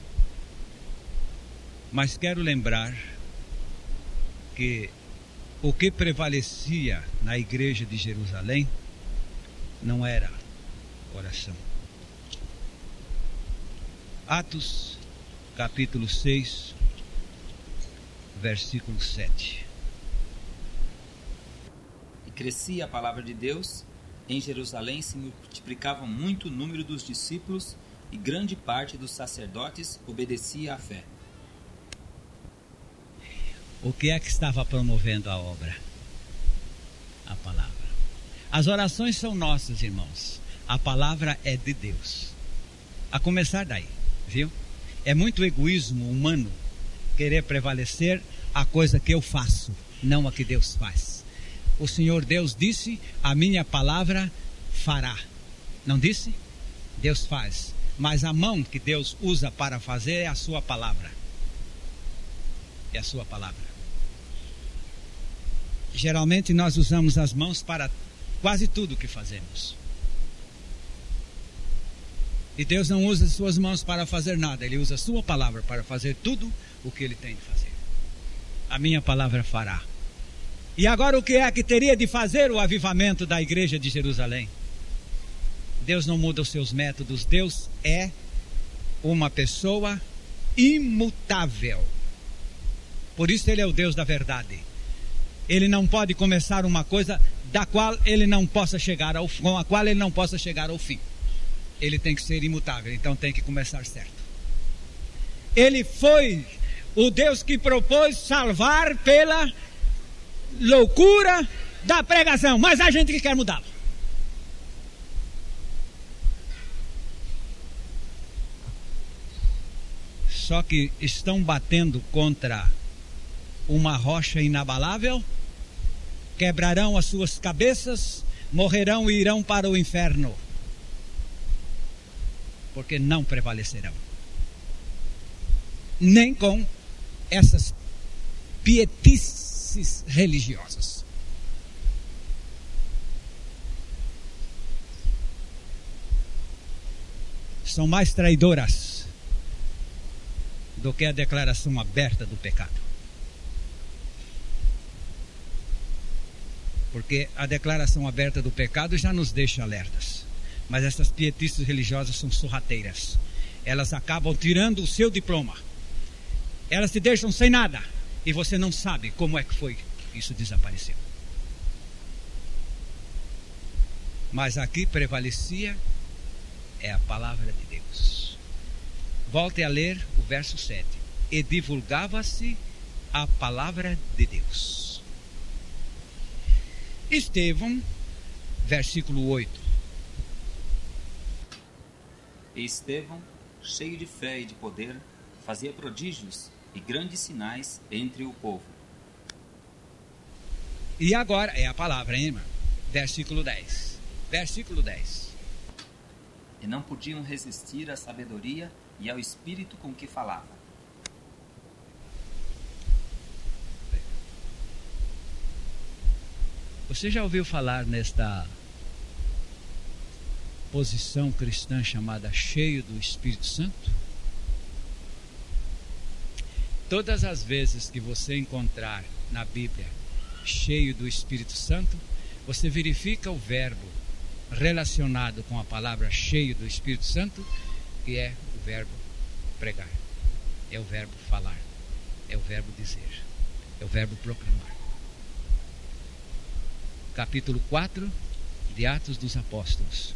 mas quero lembrar que o que prevalecia na igreja de Jerusalém não era oração. Atos, capítulo seis, versículo sete. crescia a palavra de Deus, em Jerusalém se multiplicava muito o número dos discípulos e grande parte dos sacerdotes obedecia à fé. O que é que estava promovendo a obra? A palavra. As orações são nossas, irmãos. A palavra é de Deus. A começar daí, viu? É muito egoísmo humano querer prevalecer a coisa que eu faço, não a que Deus faz. O Senhor Deus disse, a minha palavra fará. Não disse? Deus faz. Mas a mão que Deus usa para fazer é a sua palavra. É a sua palavra. Geralmente nós usamos as mãos para quase tudo que fazemos. E Deus não usa as suas mãos para fazer nada. Ele usa a sua palavra para fazer tudo o que Ele tem de fazer. A minha palavra fará. E agora o que é que teria de fazer o avivamento da igreja de Jerusalém? Deus não muda os seus métodos. Deus é uma pessoa imutável. Por isso Ele é o Deus da verdade. Ele não pode começar uma coisa da qual ele não possa chegar ao, com a qual ele não possa chegar ao fim. Ele tem que ser imutável, então tem que começar certo. Ele foi o Deus que propôs salvar pela loucura da pregação, mas há gente que quer mudá-lo. Só que estão batendo contra uma rocha inabalável, quebrarão as suas cabeças, morrerão e irão para o inferno, porque não prevalecerão, nem com essas pietices religiosas. São mais traidoras do que a declaração aberta do pecado. Porque a declaração aberta do pecado já nos deixa alertas. Mas essas pietistas religiosas são sorrateiras. Elas acabam tirando o seu diploma. Elas te deixam sem nada. E você não sabe como é que foi que isso desapareceu. Mas aqui prevalecia é a palavra de Deus. Volte a ler o verso sete. E divulgava-se a palavra de Deus. Estevão, versículo oito. E Estevão, cheio de fé e de poder, fazia prodígios e grandes sinais entre o povo. E agora, é a palavra, hein, irmão? Versículo dez. Versículo dez. E não podiam resistir à sabedoria e ao espírito com que falava. Você já ouviu falar nesta posição cristã chamada cheio do Espírito Santo? Todas as vezes que você encontrar na Bíblia cheio do Espírito Santo, você verifica o verbo relacionado com a palavra cheio do Espírito Santo, que é o verbo pregar, é o verbo falar, é o verbo dizer, é o verbo proclamar. Capítulo quatro de Atos dos Apóstolos.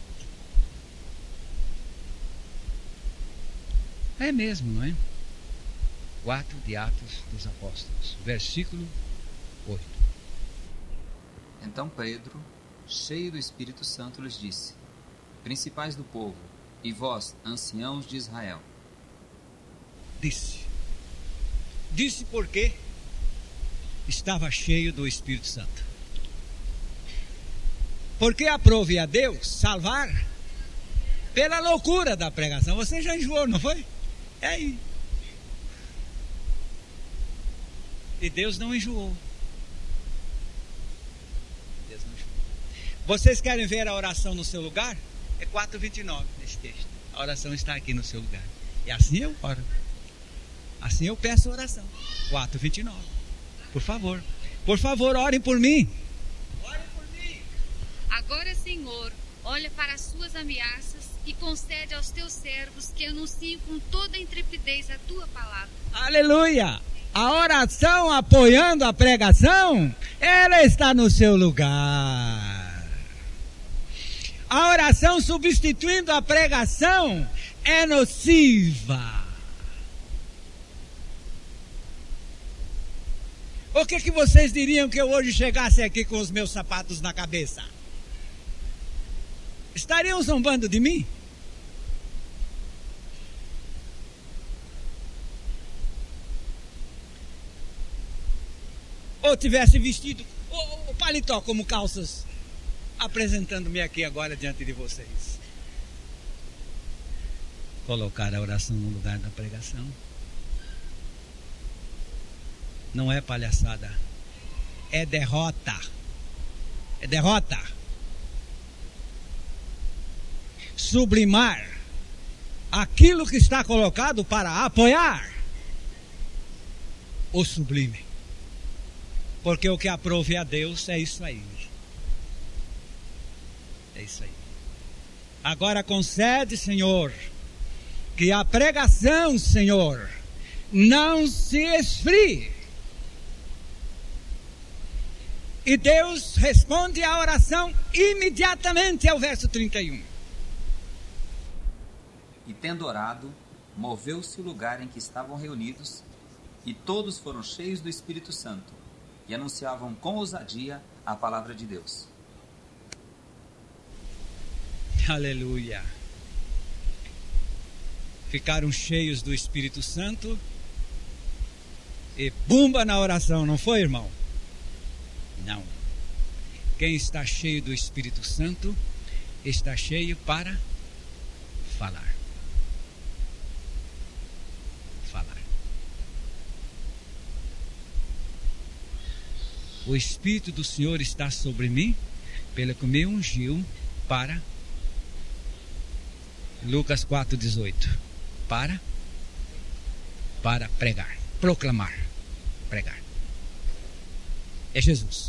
É mesmo, não é? quatro de Atos dos Apóstolos, versículo oito. Então Pedro, cheio do Espírito Santo, lhes disse: Principais do povo, e vós, anciãos de Israel. Disse. Disse porque estava cheio do Espírito Santo. Porque aprove a Deus salvar pela loucura da pregação. Você já enjoou, não foi? É aí. E Deus não enjoou. Deus não enjoou. Vocês querem ver a oração no seu lugar? É quatro, vinte e nove nesse texto. A oração está aqui no seu lugar. E assim eu oro. Assim eu peço oração. quatro, vinte e nove. Por favor. Por favor, orem por mim. Agora, Senhor, olha para as suas ameaças e concede aos teus servos que anunciem com toda a intrepidez a tua palavra. Aleluia! A oração apoiando a pregação, ela está no seu lugar. A oração substituindo a pregação é nociva. O que que vocês diriam que eu hoje chegasse aqui com os meus sapatos na cabeça? Estariam zombando de mim? Ou tivesse vestido o, o paletó como calças, apresentando-me aqui agora diante de vocês. Colocar a oração no lugar da pregação não é palhaçada, é derrota. É derrota. Sublimar aquilo que está colocado para apoiar o sublime. Porque o que aprove a Deus é isso aí. É isso aí. Agora concede, Senhor, que a pregação, Senhor, não se esfrie. E Deus responde à oração imediatamente ao verso trinta e um. E tendo orado, moveu-se o lugar em que estavam reunidos, e todos foram cheios do Espírito Santo, e anunciavam com ousadia a palavra de Deus. Aleluia. Ficaram cheios do Espírito Santo e bumba na oração, não foi, irmão? Não. Quem está cheio do Espírito Santo está cheio para falar. O Espírito do Senhor está sobre mim, pelo que me ungiu para, Lucas quatro, dezoito, para, para pregar, proclamar, pregar. É Jesus.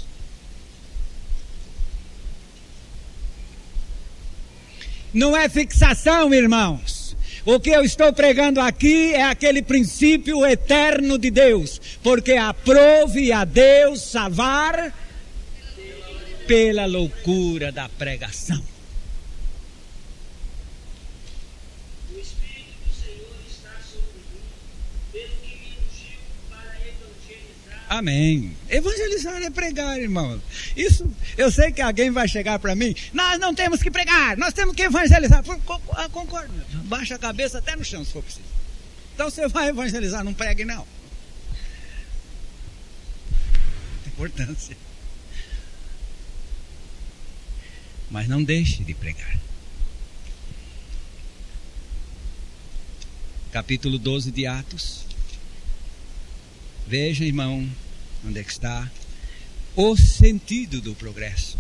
Não é fixação, irmãos. O que eu estou pregando aqui é aquele princípio eterno de Deus, porque aprove a Deus salvar pela loucura da pregação. O Espírito do Senhor está sobre mim, pelo que me ungiu para evangelizar. Amém. Evangelizar é pregar, irmão. Isso, eu sei que alguém vai chegar para mim, nós não temos que pregar, nós temos que evangelizar. Concordo, baixa a cabeça até no chão se for preciso. Então você vai evangelizar, não pregue não. Importância. Mas não deixe de pregar. Capítulo doze de Atos. Veja, irmão, onde é que está o sentido do progresso.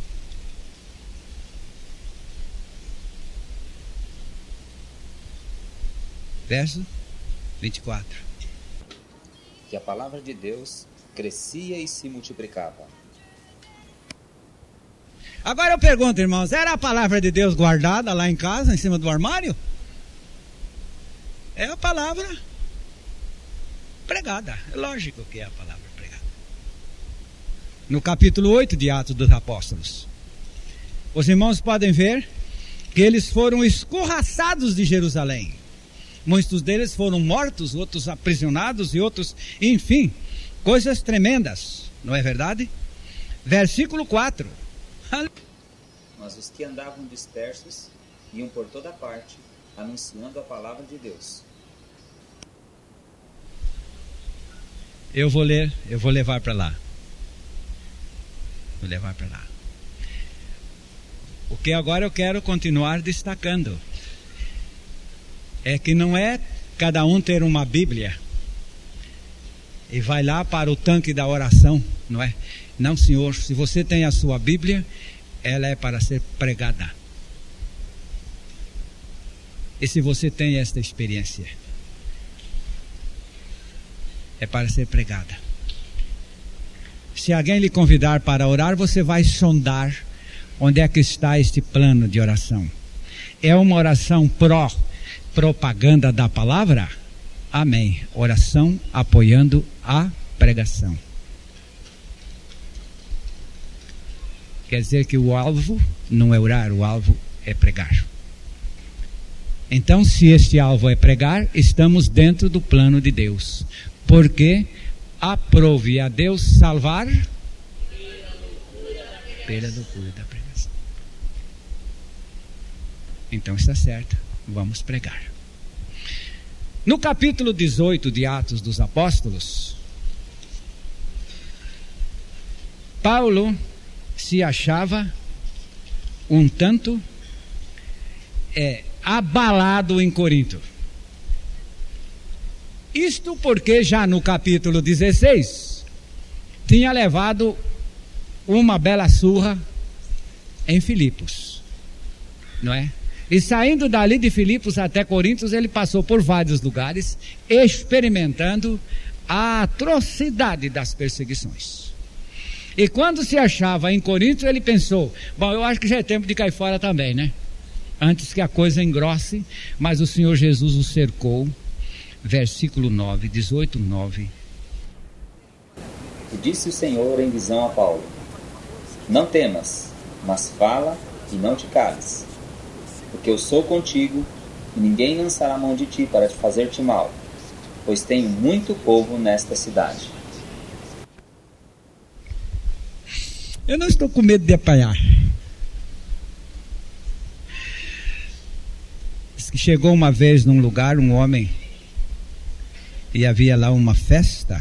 Verso vinte e quatro. Que a palavra de Deus crescia e se multiplicava. Agora eu pergunto, irmãos, era a palavra de Deus guardada lá em casa, em cima do armário? É a palavra pregada. É lógico que é a palavra pregada. No capítulo oito de Atos dos Apóstolos, os irmãos podem ver que eles foram escorraçados de Jerusalém. Muitos deles foram mortos, outros aprisionados e outros, enfim, coisas tremendas, não é verdade? Versículo quatro. Mas os que andavam dispersos iam por toda parte, anunciando a palavra de Deus. Eu vou ler, eu vou levar para lá. Vou levar para lá. O que agora eu quero continuar destacando é que não é cada um ter uma Bíblia e vai lá para o tanque da oração, não é? Não, senhor, se você tem a sua Bíblia, ela é para ser pregada. E se você tem esta experiência, é para ser pregada. Se alguém lhe convidar para orar, você vai sondar onde é que está este plano de oração. É uma oração pró propaganda da palavra? Amém. Oração apoiando a pregação. Quer dizer que o alvo não é orar, o alvo é pregar. Então, se este alvo é pregar, estamos dentro do plano de Deus. Porque aprove a Deus salvar pela loucura da pregação. Então está certo, vamos pregar. No capítulo dezoito de Atos dos Apóstolos, Paulo se achava um tanto é, abalado em Corinto. Isto porque já no capítulo dezesseis tinha levado uma bela surra em Filipos, não é? E saindo dali de Filipos até Corinto, ele passou por vários lugares, experimentando a atrocidade das perseguições. E quando se achava em Corinto, ele pensou, bom, eu acho que já é tempo de cair fora também, né? Antes que a coisa engrosse, mas o Senhor Jesus o cercou. Versículo nove, dezoito, nove. E disse o Senhor em visão a Paulo: não temas, mas fala e não te cales, porque eu sou contigo, e ninguém lançará a mão de ti para te fazer-te mal, pois tenho muito povo nesta cidade. Eu não estou com medo de apanhar. Diz que chegou uma vez num lugar um homem, e havia lá uma festa,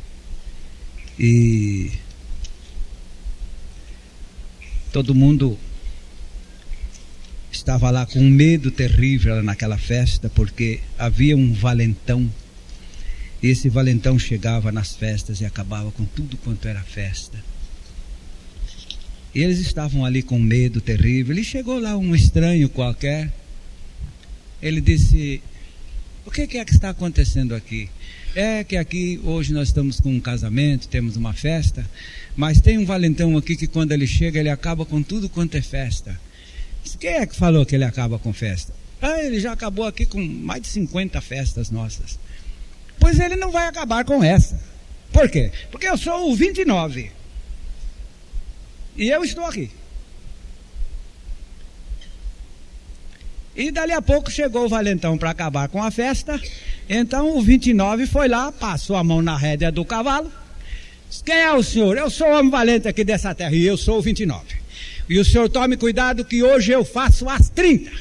e todo mundo estava lá com um medo terrível naquela festa, porque havia um valentão, e esse valentão chegava nas festas e acabava com tudo quanto era festa. E eles estavam ali com medo terrível, e chegou lá um estranho qualquer. Ele disse: o que é que está acontecendo aqui? É que aqui hoje nós estamos com um casamento, temos uma festa, mas tem um valentão aqui que quando ele chega ele acaba com tudo quanto é festa. Quem é que falou que ele acaba com festa? Ah, ele já acabou aqui com mais de cinquenta festas nossas. Pois ele não vai acabar com essa. Por quê? Porque eu sou o vinte e nove e eu estou aqui. E dali a pouco chegou o valentão para acabar com a festa. Então o vinte e nove foi lá, passou a mão na rédea do cavalo. Disse: quem é o senhor? Eu sou o homem valente aqui dessa terra, e eu sou o vinte e nove. E o senhor tome cuidado que hoje eu faço as trinta.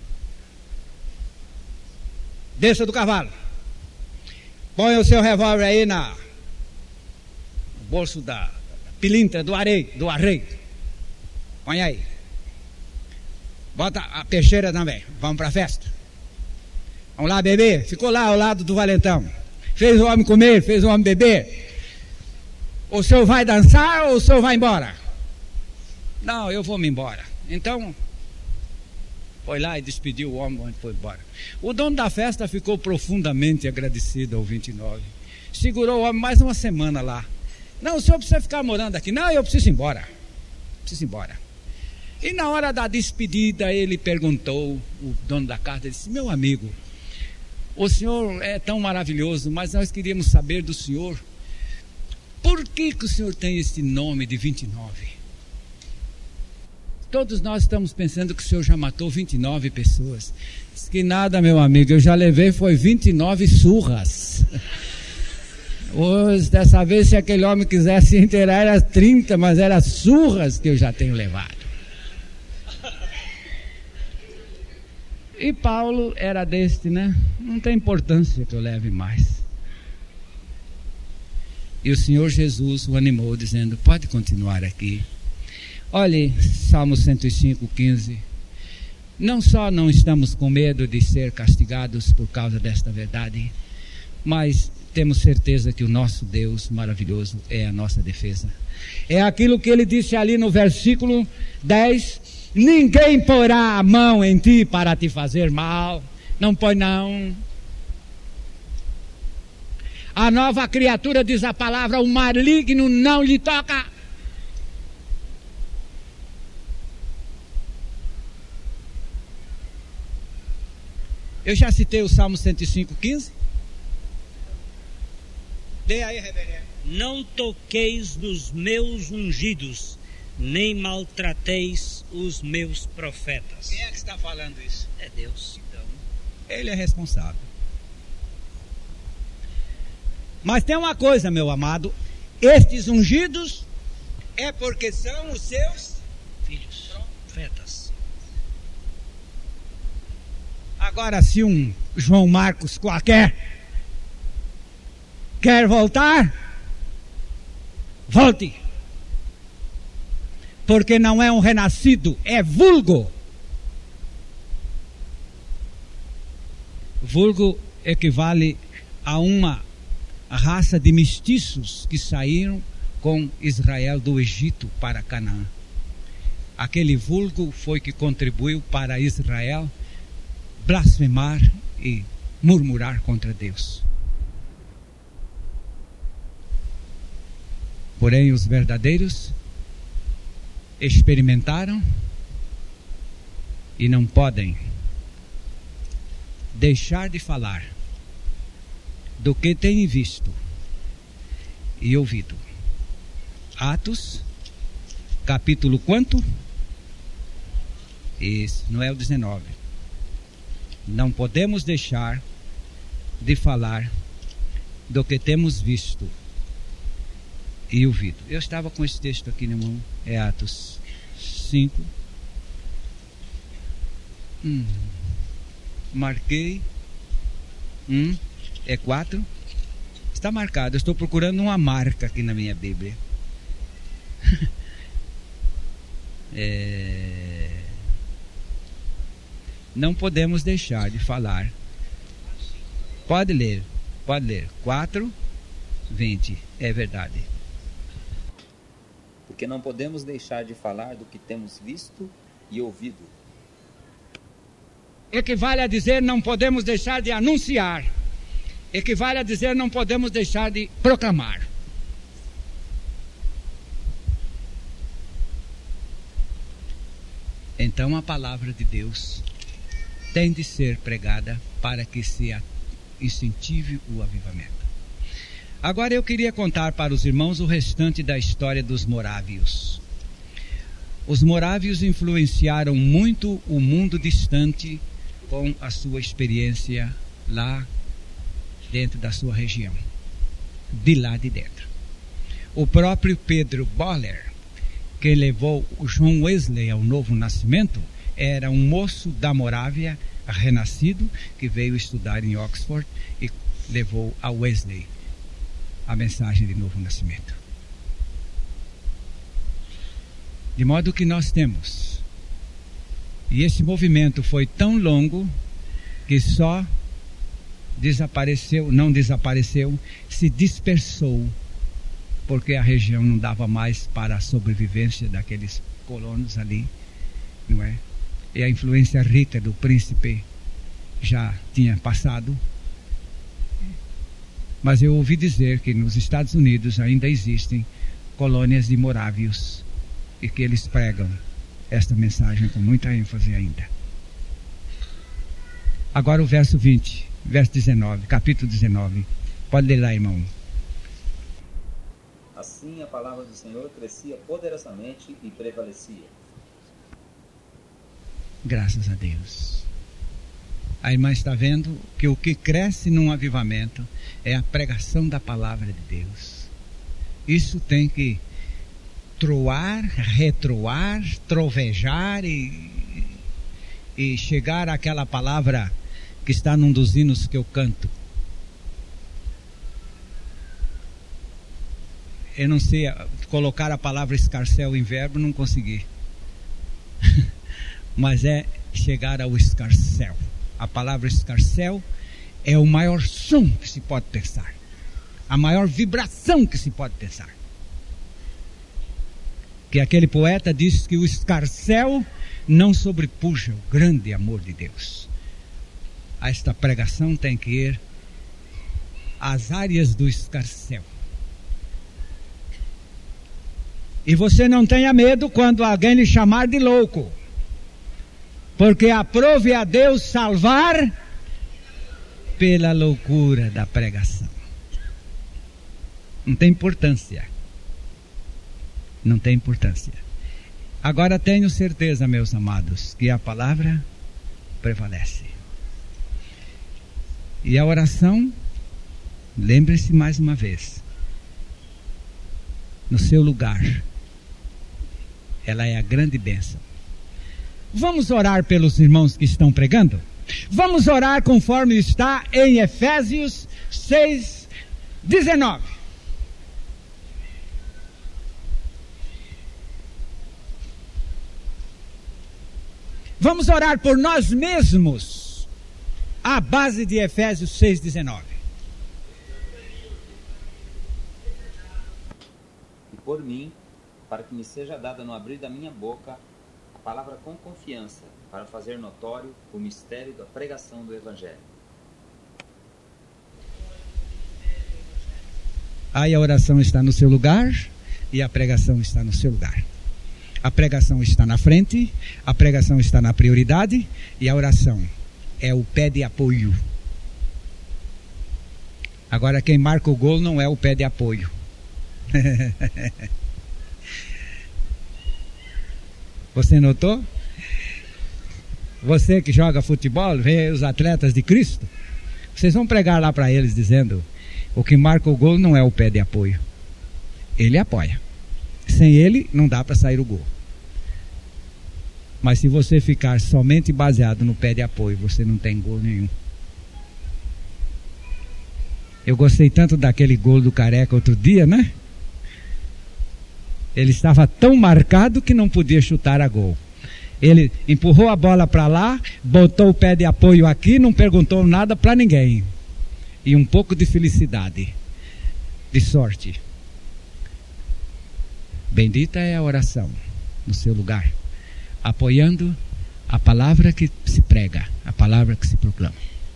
Desça do cavalo. Põe o seu revólver aí na no bolso da pilintra do arreio, do arreio. Põe aí. Bota a peixeira também. Vamos para a festa. Vamos lá beber. Ficou lá ao lado do valentão. Fez o homem comer, fez o homem beber. O senhor vai dançar ou o senhor vai embora? Não, eu vou me embora. Então, foi lá e despediu o homem, onde foi embora. O dono da festa ficou profundamente agradecido ao vinte e nove. Segurou o homem mais uma semana lá. Não, o senhor precisa ficar morando aqui. Não, eu preciso ir embora. Preciso ir embora. E na hora da despedida ele perguntou, o dono da casa disse: meu amigo, o senhor é tão maravilhoso, mas nós queríamos saber do senhor, por que que o senhor tem esse nome de vinte e nove? Todos nós estamos pensando que o senhor já matou vinte e nove pessoas. Diz que nada, meu amigo, eu já levei foi vinte e nove surras. Hoje, dessa vez, se aquele homem quisesse inteirar, era trinta, mas era surras que eu já tenho levado. E Paulo era deste, né? Não tem importância que eu leve mais. E o Senhor Jesus o animou, dizendo: pode continuar aqui. Olhe, Salmo cento e cinco, quinze. Não só não estamos com medo de ser castigados por causa desta verdade, mas temos certeza que o nosso Deus maravilhoso é a nossa defesa. É aquilo que ele disse ali no versículo dez: ninguém porá a mão em ti para te fazer mal. Não põe não. A nova criatura diz a palavra: o maligno não lhe toca. Eu já citei o Salmo cento e cinco, quinze. Dê aí, reverendo. Não toqueis nos meus ungidos, nem maltrateis os meus profetas. Quem é que está falando isso? É Deus. Então, ele é responsável. Mas tem uma coisa, meu amado, estes ungidos é porque são os seus filhos, profetas. Agora, se um João Marcos qualquer quer voltar, volte. Porque não é um renascido, é vulgo. Vulgo equivale a uma raça de mestiços que saíram com Israel do Egito para Canaã. Aquele vulgo foi que contribuiu para Israel blasfemar e murmurar contra Deus. Porém, os verdadeiros experimentaram e não podem deixar de falar do que têm visto e ouvido. Atos, capítulo quanto? Isso, não é o dezenove. Não podemos deixar de falar do que temos visto e ouvido. Eu estava com esse texto aqui na mão, é Atos cinco. Hum, marquei. Hum, é quatro. Está marcado. Eu estou procurando uma marca aqui na minha Bíblia. é... Não podemos deixar de falar. Pode ler, pode ler. quatro, vinte. É verdade. Porque não podemos deixar de falar do que temos visto e ouvido. Equivale a dizer não podemos deixar de anunciar. Equivale a dizer não podemos deixar de proclamar. Então a palavra de Deus tem de ser pregada para que se incentive o avivamento. Agora eu queria contar para os irmãos o restante da história dos morávios. Os morávios influenciaram muito o mundo distante com a sua experiência lá dentro da sua região, de lá de dentro. O próprio Pedro Boller, que levou o John Wesley ao novo nascimento, era um moço da Morávia, renascido, que veio estudar em Oxford e levou a Wesley a mensagem de novo nascimento. De modo que nós temos, e esse movimento foi tão longo que só desapareceu, não desapareceu, se dispersou, porque a região não dava mais para a sobrevivência daqueles colonos ali, não é? E a influência rica do príncipe já tinha passado. Mas eu ouvi dizer que nos Estados Unidos ainda existem colônias de morávios e que eles pregam esta mensagem com muita ênfase ainda. Agora o verso vinte, verso dezenove, capítulo dezenove. Pode ler lá, irmão. Assim a palavra do Senhor crescia poderosamente e prevalecia. Graças a Deus. A irmã está vendo que o que cresce num avivamento é a pregação da palavra de Deus. Isso tem que troar, retroar, trovejar e, e chegar àquela palavra que está num dos hinos que eu canto. Eu não sei colocar a palavra escarcel em verbo, não consegui. Mas é chegar ao escarcel. A palavra escarcel é o maior som que se pode pensar, a maior vibração que se pode pensar. Que aquele poeta diz que o escarcel não sobrepuja o grande amor de Deus. Esta pregação tem que ir às áreas do escarcel. E você não tenha medo quando alguém lhe chamar de louco, porque aprove a Deus salvar pela loucura da pregação. Não tem importância. Não tem importância. Agora tenho certeza, meus amados, que a palavra prevalece. E a oração, lembre-se mais uma vez, no seu lugar, ela é a grande bênção. Vamos orar pelos irmãos que estão pregando? Vamos orar conforme está em Efésios seis, dezenove. Vamos orar por nós mesmos, à base de Efésios seis, dezenove. E por mim, para que me seja dada no abrir da minha boca a palavra com confiança, para fazer notório o mistério da pregação do Evangelho. Aí a oração está no seu lugar e a pregação está no seu lugar. A pregação está na frente, a pregação está na prioridade e a oração é o pé de apoio. Agora quem marca o gol não é o pé de apoio. Você notou? Você que joga futebol, vê os atletas de Cristo, vocês vão pregar lá para eles dizendo: o que marca o gol não é o pé de apoio, ele apoia. Sem ele não dá para sair o gol. Mas se você ficar somente baseado no pé de apoio, você não tem gol nenhum. Eu gostei tanto daquele gol do Careca outro dia, né? Ele estava tão marcado que não podia chutar a gol. Ele empurrou a bola para lá, botou o pé de apoio aqui, não perguntou nada para ninguém. E um pouco de felicidade, de sorte. Bendita é a oração no seu lugar, apoiando a palavra que se prega, a palavra que se proclama.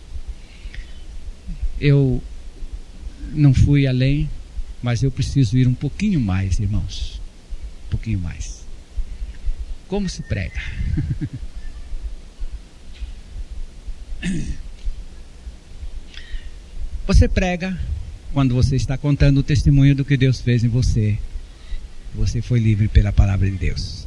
Eu não fui além, mas eu preciso ir um pouquinho mais, irmãos. Um pouquinho mais. Como se prega? Você prega quando você está contando o testemunho do que Deus fez em você. Você foi livre pela palavra de Deus.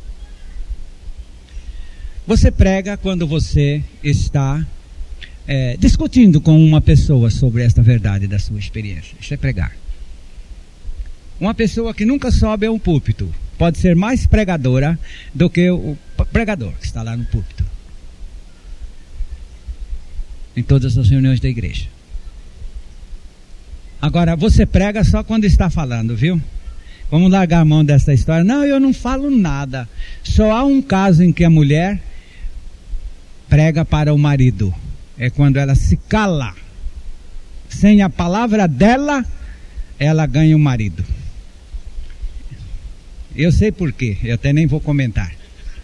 Você prega quando você está é, discutindo com uma pessoa sobre esta verdade da sua experiência. Isso é pregar. Uma pessoa que nunca sobe a um púlpito pode ser mais pregadora do que o pregador que está lá no púlpito, em todas as reuniões da igreja. Agora, você prega só quando está falando, viu? Vamos largar a mão dessa história. Não, eu não falo nada. Só há um caso em que a mulher prega para o marido. É quando ela se cala. Sem a palavra dela, ela ganha o marido. Eu sei por quê, eu até nem vou comentar.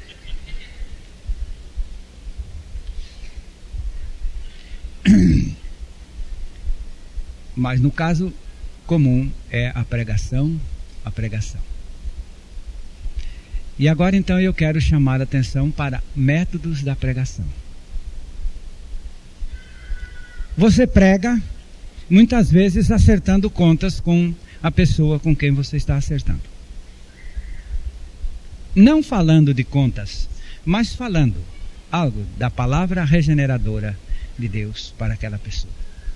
Mas no caso comum é a pregação, a pregação. E agora então eu quero chamar a atenção para métodos da pregação. Você prega muitas vezes acertando contas com a pessoa com quem você está acertando. Não falando de contas, mas falando algo da palavra regeneradora de Deus para aquela pessoa.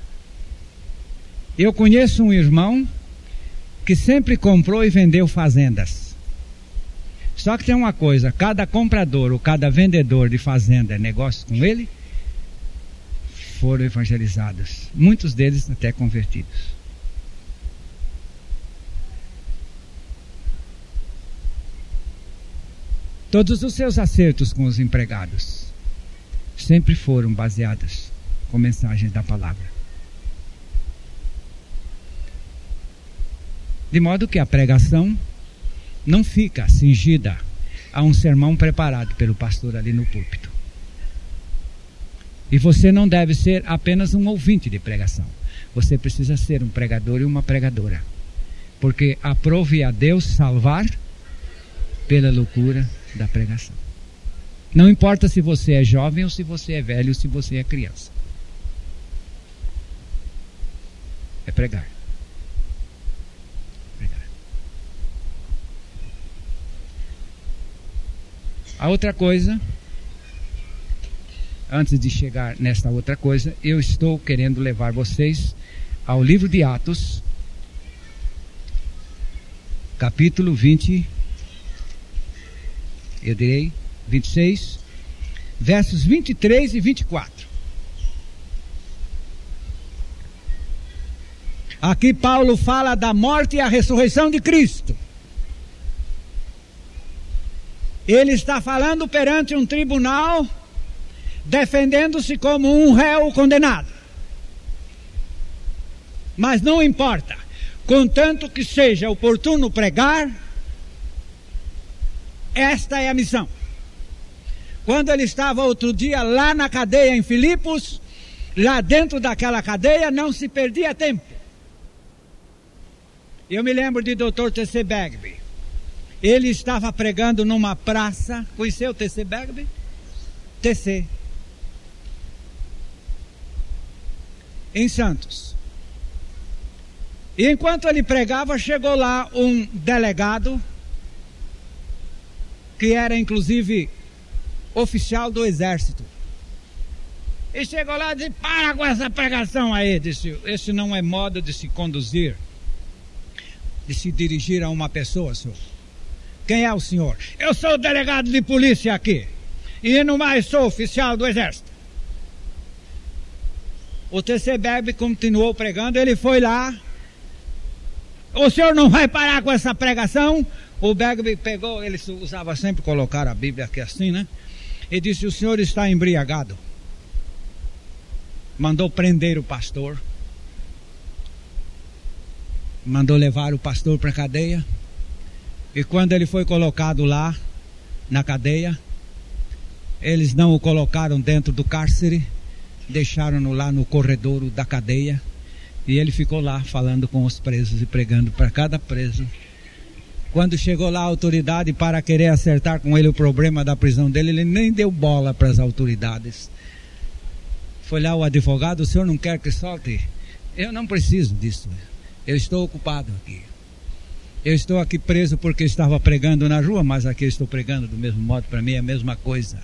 Eu conheço um irmão que sempre comprou e vendeu fazendas. Só que tem uma coisa: cada comprador ou cada vendedor de fazenda, negócio com ele, foram evangelizados. Muitos deles até convertidos. Todos os seus acertos com os empregados sempre foram baseados com mensagens da palavra. De modo que a pregação não fica cingida a um sermão preparado pelo pastor ali no púlpito. E você não deve ser apenas um ouvinte de pregação. Você precisa ser um pregador e uma pregadora. Porque aprove a Deus salvar pela loucura da pregação. Não importa se você é jovem ou se você é velho ou se você é criança. É pregar. A outra coisa, antes de chegar nesta outra coisa, eu estou querendo levar vocês ao livro de Atos, capítulo vinte, eu direi vinte e seis, versos vinte e três e vinte e quatro. Aqui Paulo fala da morte e a ressurreição de Cristo. Ele está falando perante um tribunal, defendendo-se como um réu condenado. Mas não importa, contanto que seja oportuno pregar, esta é a missão. Quando ele estava outro dia lá na cadeia em Filipos, lá dentro daquela cadeia não se perdia tempo. Eu me lembro de doutor T C Bagby. Ele estava pregando numa praça. Conheceu o T C Bagby? T C. Em Santos. E enquanto ele pregava, chegou lá um delegado, que era inclusive oficial do exército. E chegou lá e disse: para com essa pregação aí. Disse: esse não é modo de se conduzir, de se dirigir a uma pessoa, senhor. Quem é o senhor? Eu sou o delegado de polícia aqui, e no mais sou oficial do exército. O T C Bagby continuou pregando. Ele foi lá: o senhor não vai parar com essa pregação? O Bagby pegou, ele usava sempre colocar a Bíblia aqui assim, né? E disse: o senhor está embriagado. Mandou prender o pastor. Mandou levar o pastor para a cadeia. E quando ele foi colocado lá na cadeia, eles não o colocaram dentro do cárcere, deixaram-no lá no corredor da cadeia. E ele ficou lá falando com os presos e pregando para cada preso. Quando chegou lá a autoridade para querer acertar com ele o problema da prisão dele, ele nem deu bola para as autoridades. Foi lá o advogado: o senhor não quer que solte? Eu não preciso disso. Eu estou ocupado aqui. Eu estou aqui preso porque estava pregando na rua, mas aqui eu estou pregando do mesmo modo. Para mim é a mesma coisa.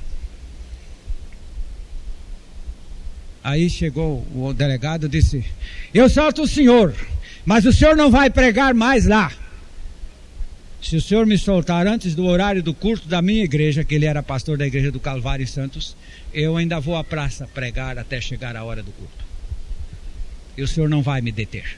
Aí chegou o delegado e disse: eu solto o senhor, mas o senhor não vai pregar mais lá. Se o senhor me soltar antes do horário do culto da minha igreja, que ele era pastor da igreja do Calvário em Santos, eu ainda vou à praça pregar até chegar a hora do culto. E o senhor não vai me deter.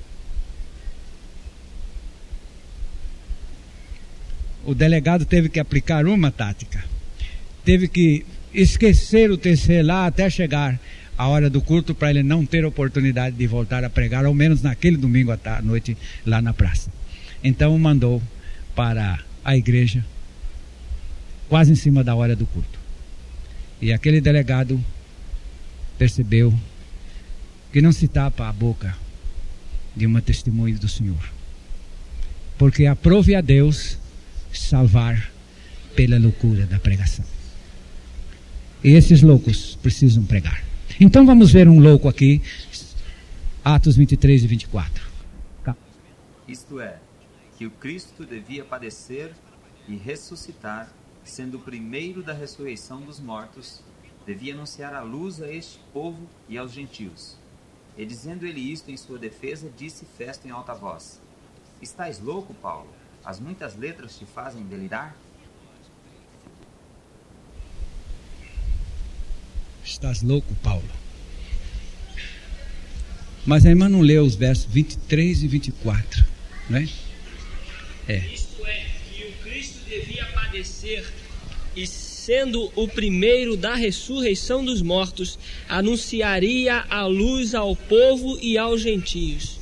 O delegado teve que aplicar uma tática. Teve que esquecer o T C lá até chegar a hora do culto, para ele não ter oportunidade de voltar a pregar, ao menos naquele domingo à noite lá na praça. Então mandou para a igreja quase em cima da hora do culto. E aquele delegado percebeu que não se tapa a boca de uma testemunha do Senhor, porque aprove a Deus salvar pela loucura da pregação. E esses loucos precisam pregar. Então vamos ver um louco aqui, Atos vinte e três e vinte e quatro. Isto é, que o Cristo devia padecer e ressuscitar, sendo o primeiro da ressurreição dos mortos, devia anunciar a luz a este povo e aos gentios. E dizendo ele isto em sua defesa, disse Festo em alta voz: Estás louco, Paulo? As muitas letras te fazem delirar? Estás louco, Paulo? Mas a irmã não leu os versos vinte e três e vinte e quatro, não é? É. Isto é, que o Cristo devia padecer e, sendo o primeiro da ressurreição dos mortos, anunciaria a luz ao povo e aos gentios.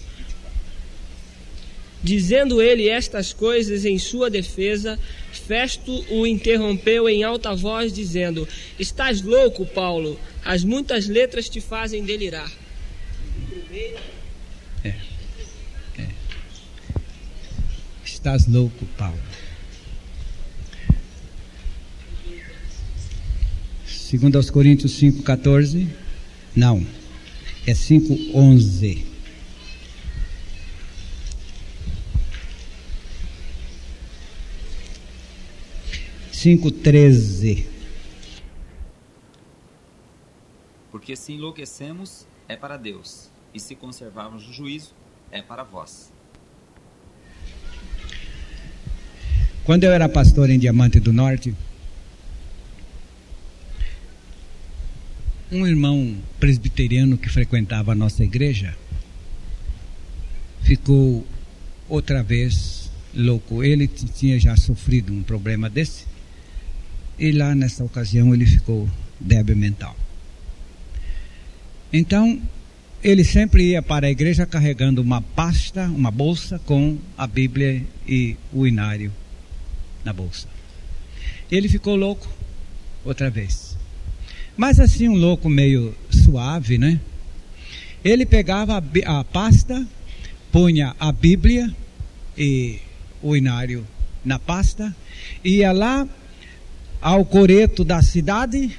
Dizendo ele estas coisas em sua defesa, Festo o interrompeu em alta voz, dizendo: Estás louco, Paulo? As muitas letras te fazem delirar. É. É. Estás louco, Paulo? Segundo aos Coríntios cinco, quatorze. Não, é cinco, onze. cinco, treze. Porque se enlouquecemos, é para Deus, e se conservarmos o juízo, é para vós. Quando eu era pastor em Diamante do Norte, um irmão presbiteriano que frequentava a nossa igreja ficou outra vez louco. Ele tinha já sofrido um problema desse, e lá nessa ocasião ele ficou débil mental. Então ele sempre ia para a igreja carregando uma pasta, uma bolsa com a Bíblia e o inário na bolsa. Ele ficou louco outra vez, mas assim um louco meio suave, né? Ele pegava a, a pasta, punha a Bíblia e o inário na pasta, ia lá ao coreto da cidade,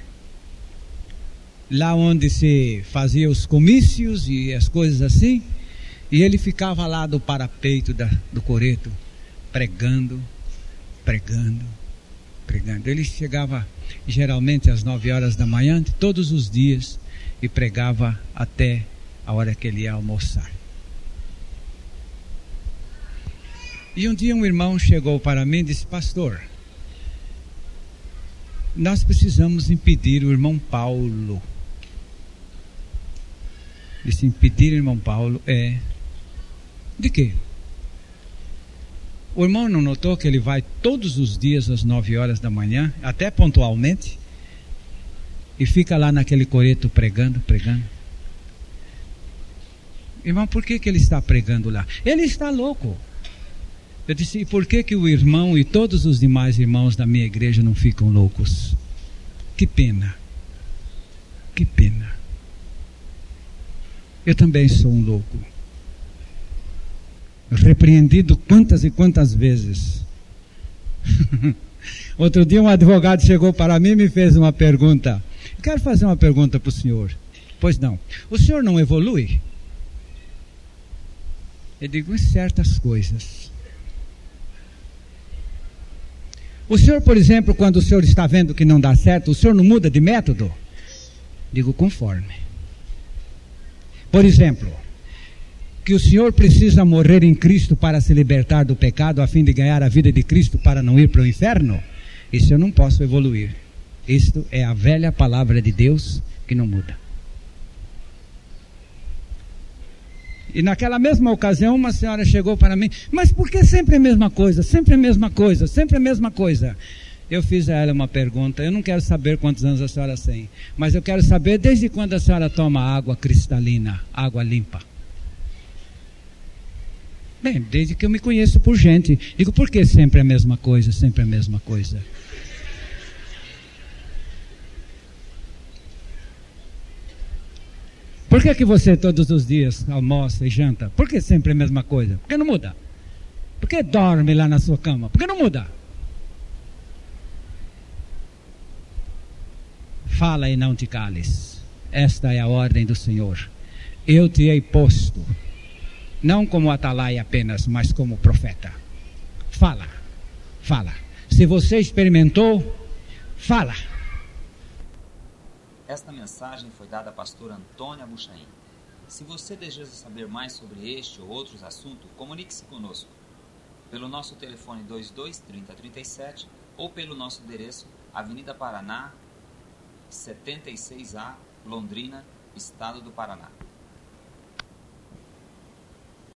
lá onde se fazia os comícios e as coisas assim, e ele ficava lá do parapeito da, do coreto, pregando, pregando, pregando. Ele chegava geralmente às nove horas da manhã, todos os dias, e pregava até a hora que ele ia almoçar. E um dia um irmão chegou para mim e disse: pastor, nós precisamos impedir o irmão Paulo. Disse: impedir o irmão Paulo é... De quê? O irmão não notou que ele vai todos os dias às nove horas da manhã, até pontualmente, e fica lá naquele coreto pregando, pregando? Irmão, por que que ele está pregando lá? Ele está louco. Eu disse: e por que que o irmão e todos os demais irmãos da minha igreja não ficam loucos? Que pena, que pena. Eu também sou um louco, repreendido quantas e quantas vezes. Outro dia um advogado chegou para mim e me fez uma pergunta. Eu quero fazer uma pergunta para o senhor. Pois não. O senhor não evolui? Eu digo: em certas coisas. O senhor, por exemplo, quando o senhor está vendo que não dá certo, o senhor não muda de método? Digo: conforme. Por exemplo, que o senhor precisa morrer em Cristo para se libertar do pecado, a fim de ganhar a vida de Cristo para não ir para o inferno? Isso eu não posso evoluir. Isto é a velha palavra de Deus que não muda. E naquela mesma ocasião uma senhora chegou para mim: mas por que sempre a mesma coisa, sempre a mesma coisa, sempre a mesma coisa? Eu fiz a ela uma pergunta: eu não quero saber quantos anos a senhora tem, mas eu quero saber desde quando a senhora toma água cristalina, água limpa. Bem, desde que eu me conheço por gente. Digo: por que sempre a mesma coisa, sempre a mesma coisa? Por que que você todos os dias almoça e janta? Por que sempre a mesma coisa? Por que não muda? Por que dorme lá na sua cama? Por que não muda? Fala e não te cales. Esta é a ordem do Senhor. Eu te hei posto, não como atalaia apenas, mas como profeta. Fala, fala. Se você experimentou, fala. Esta mensagem foi dada à pastora Antônia Buchaim. Se você deseja saber mais sobre este ou outros assuntos, comunique-se conosco pelo nosso telefone dois dois, trinta, trinta e sete ou pelo nosso endereço Avenida Paraná, setenta e seis A, Londrina, Estado do Paraná.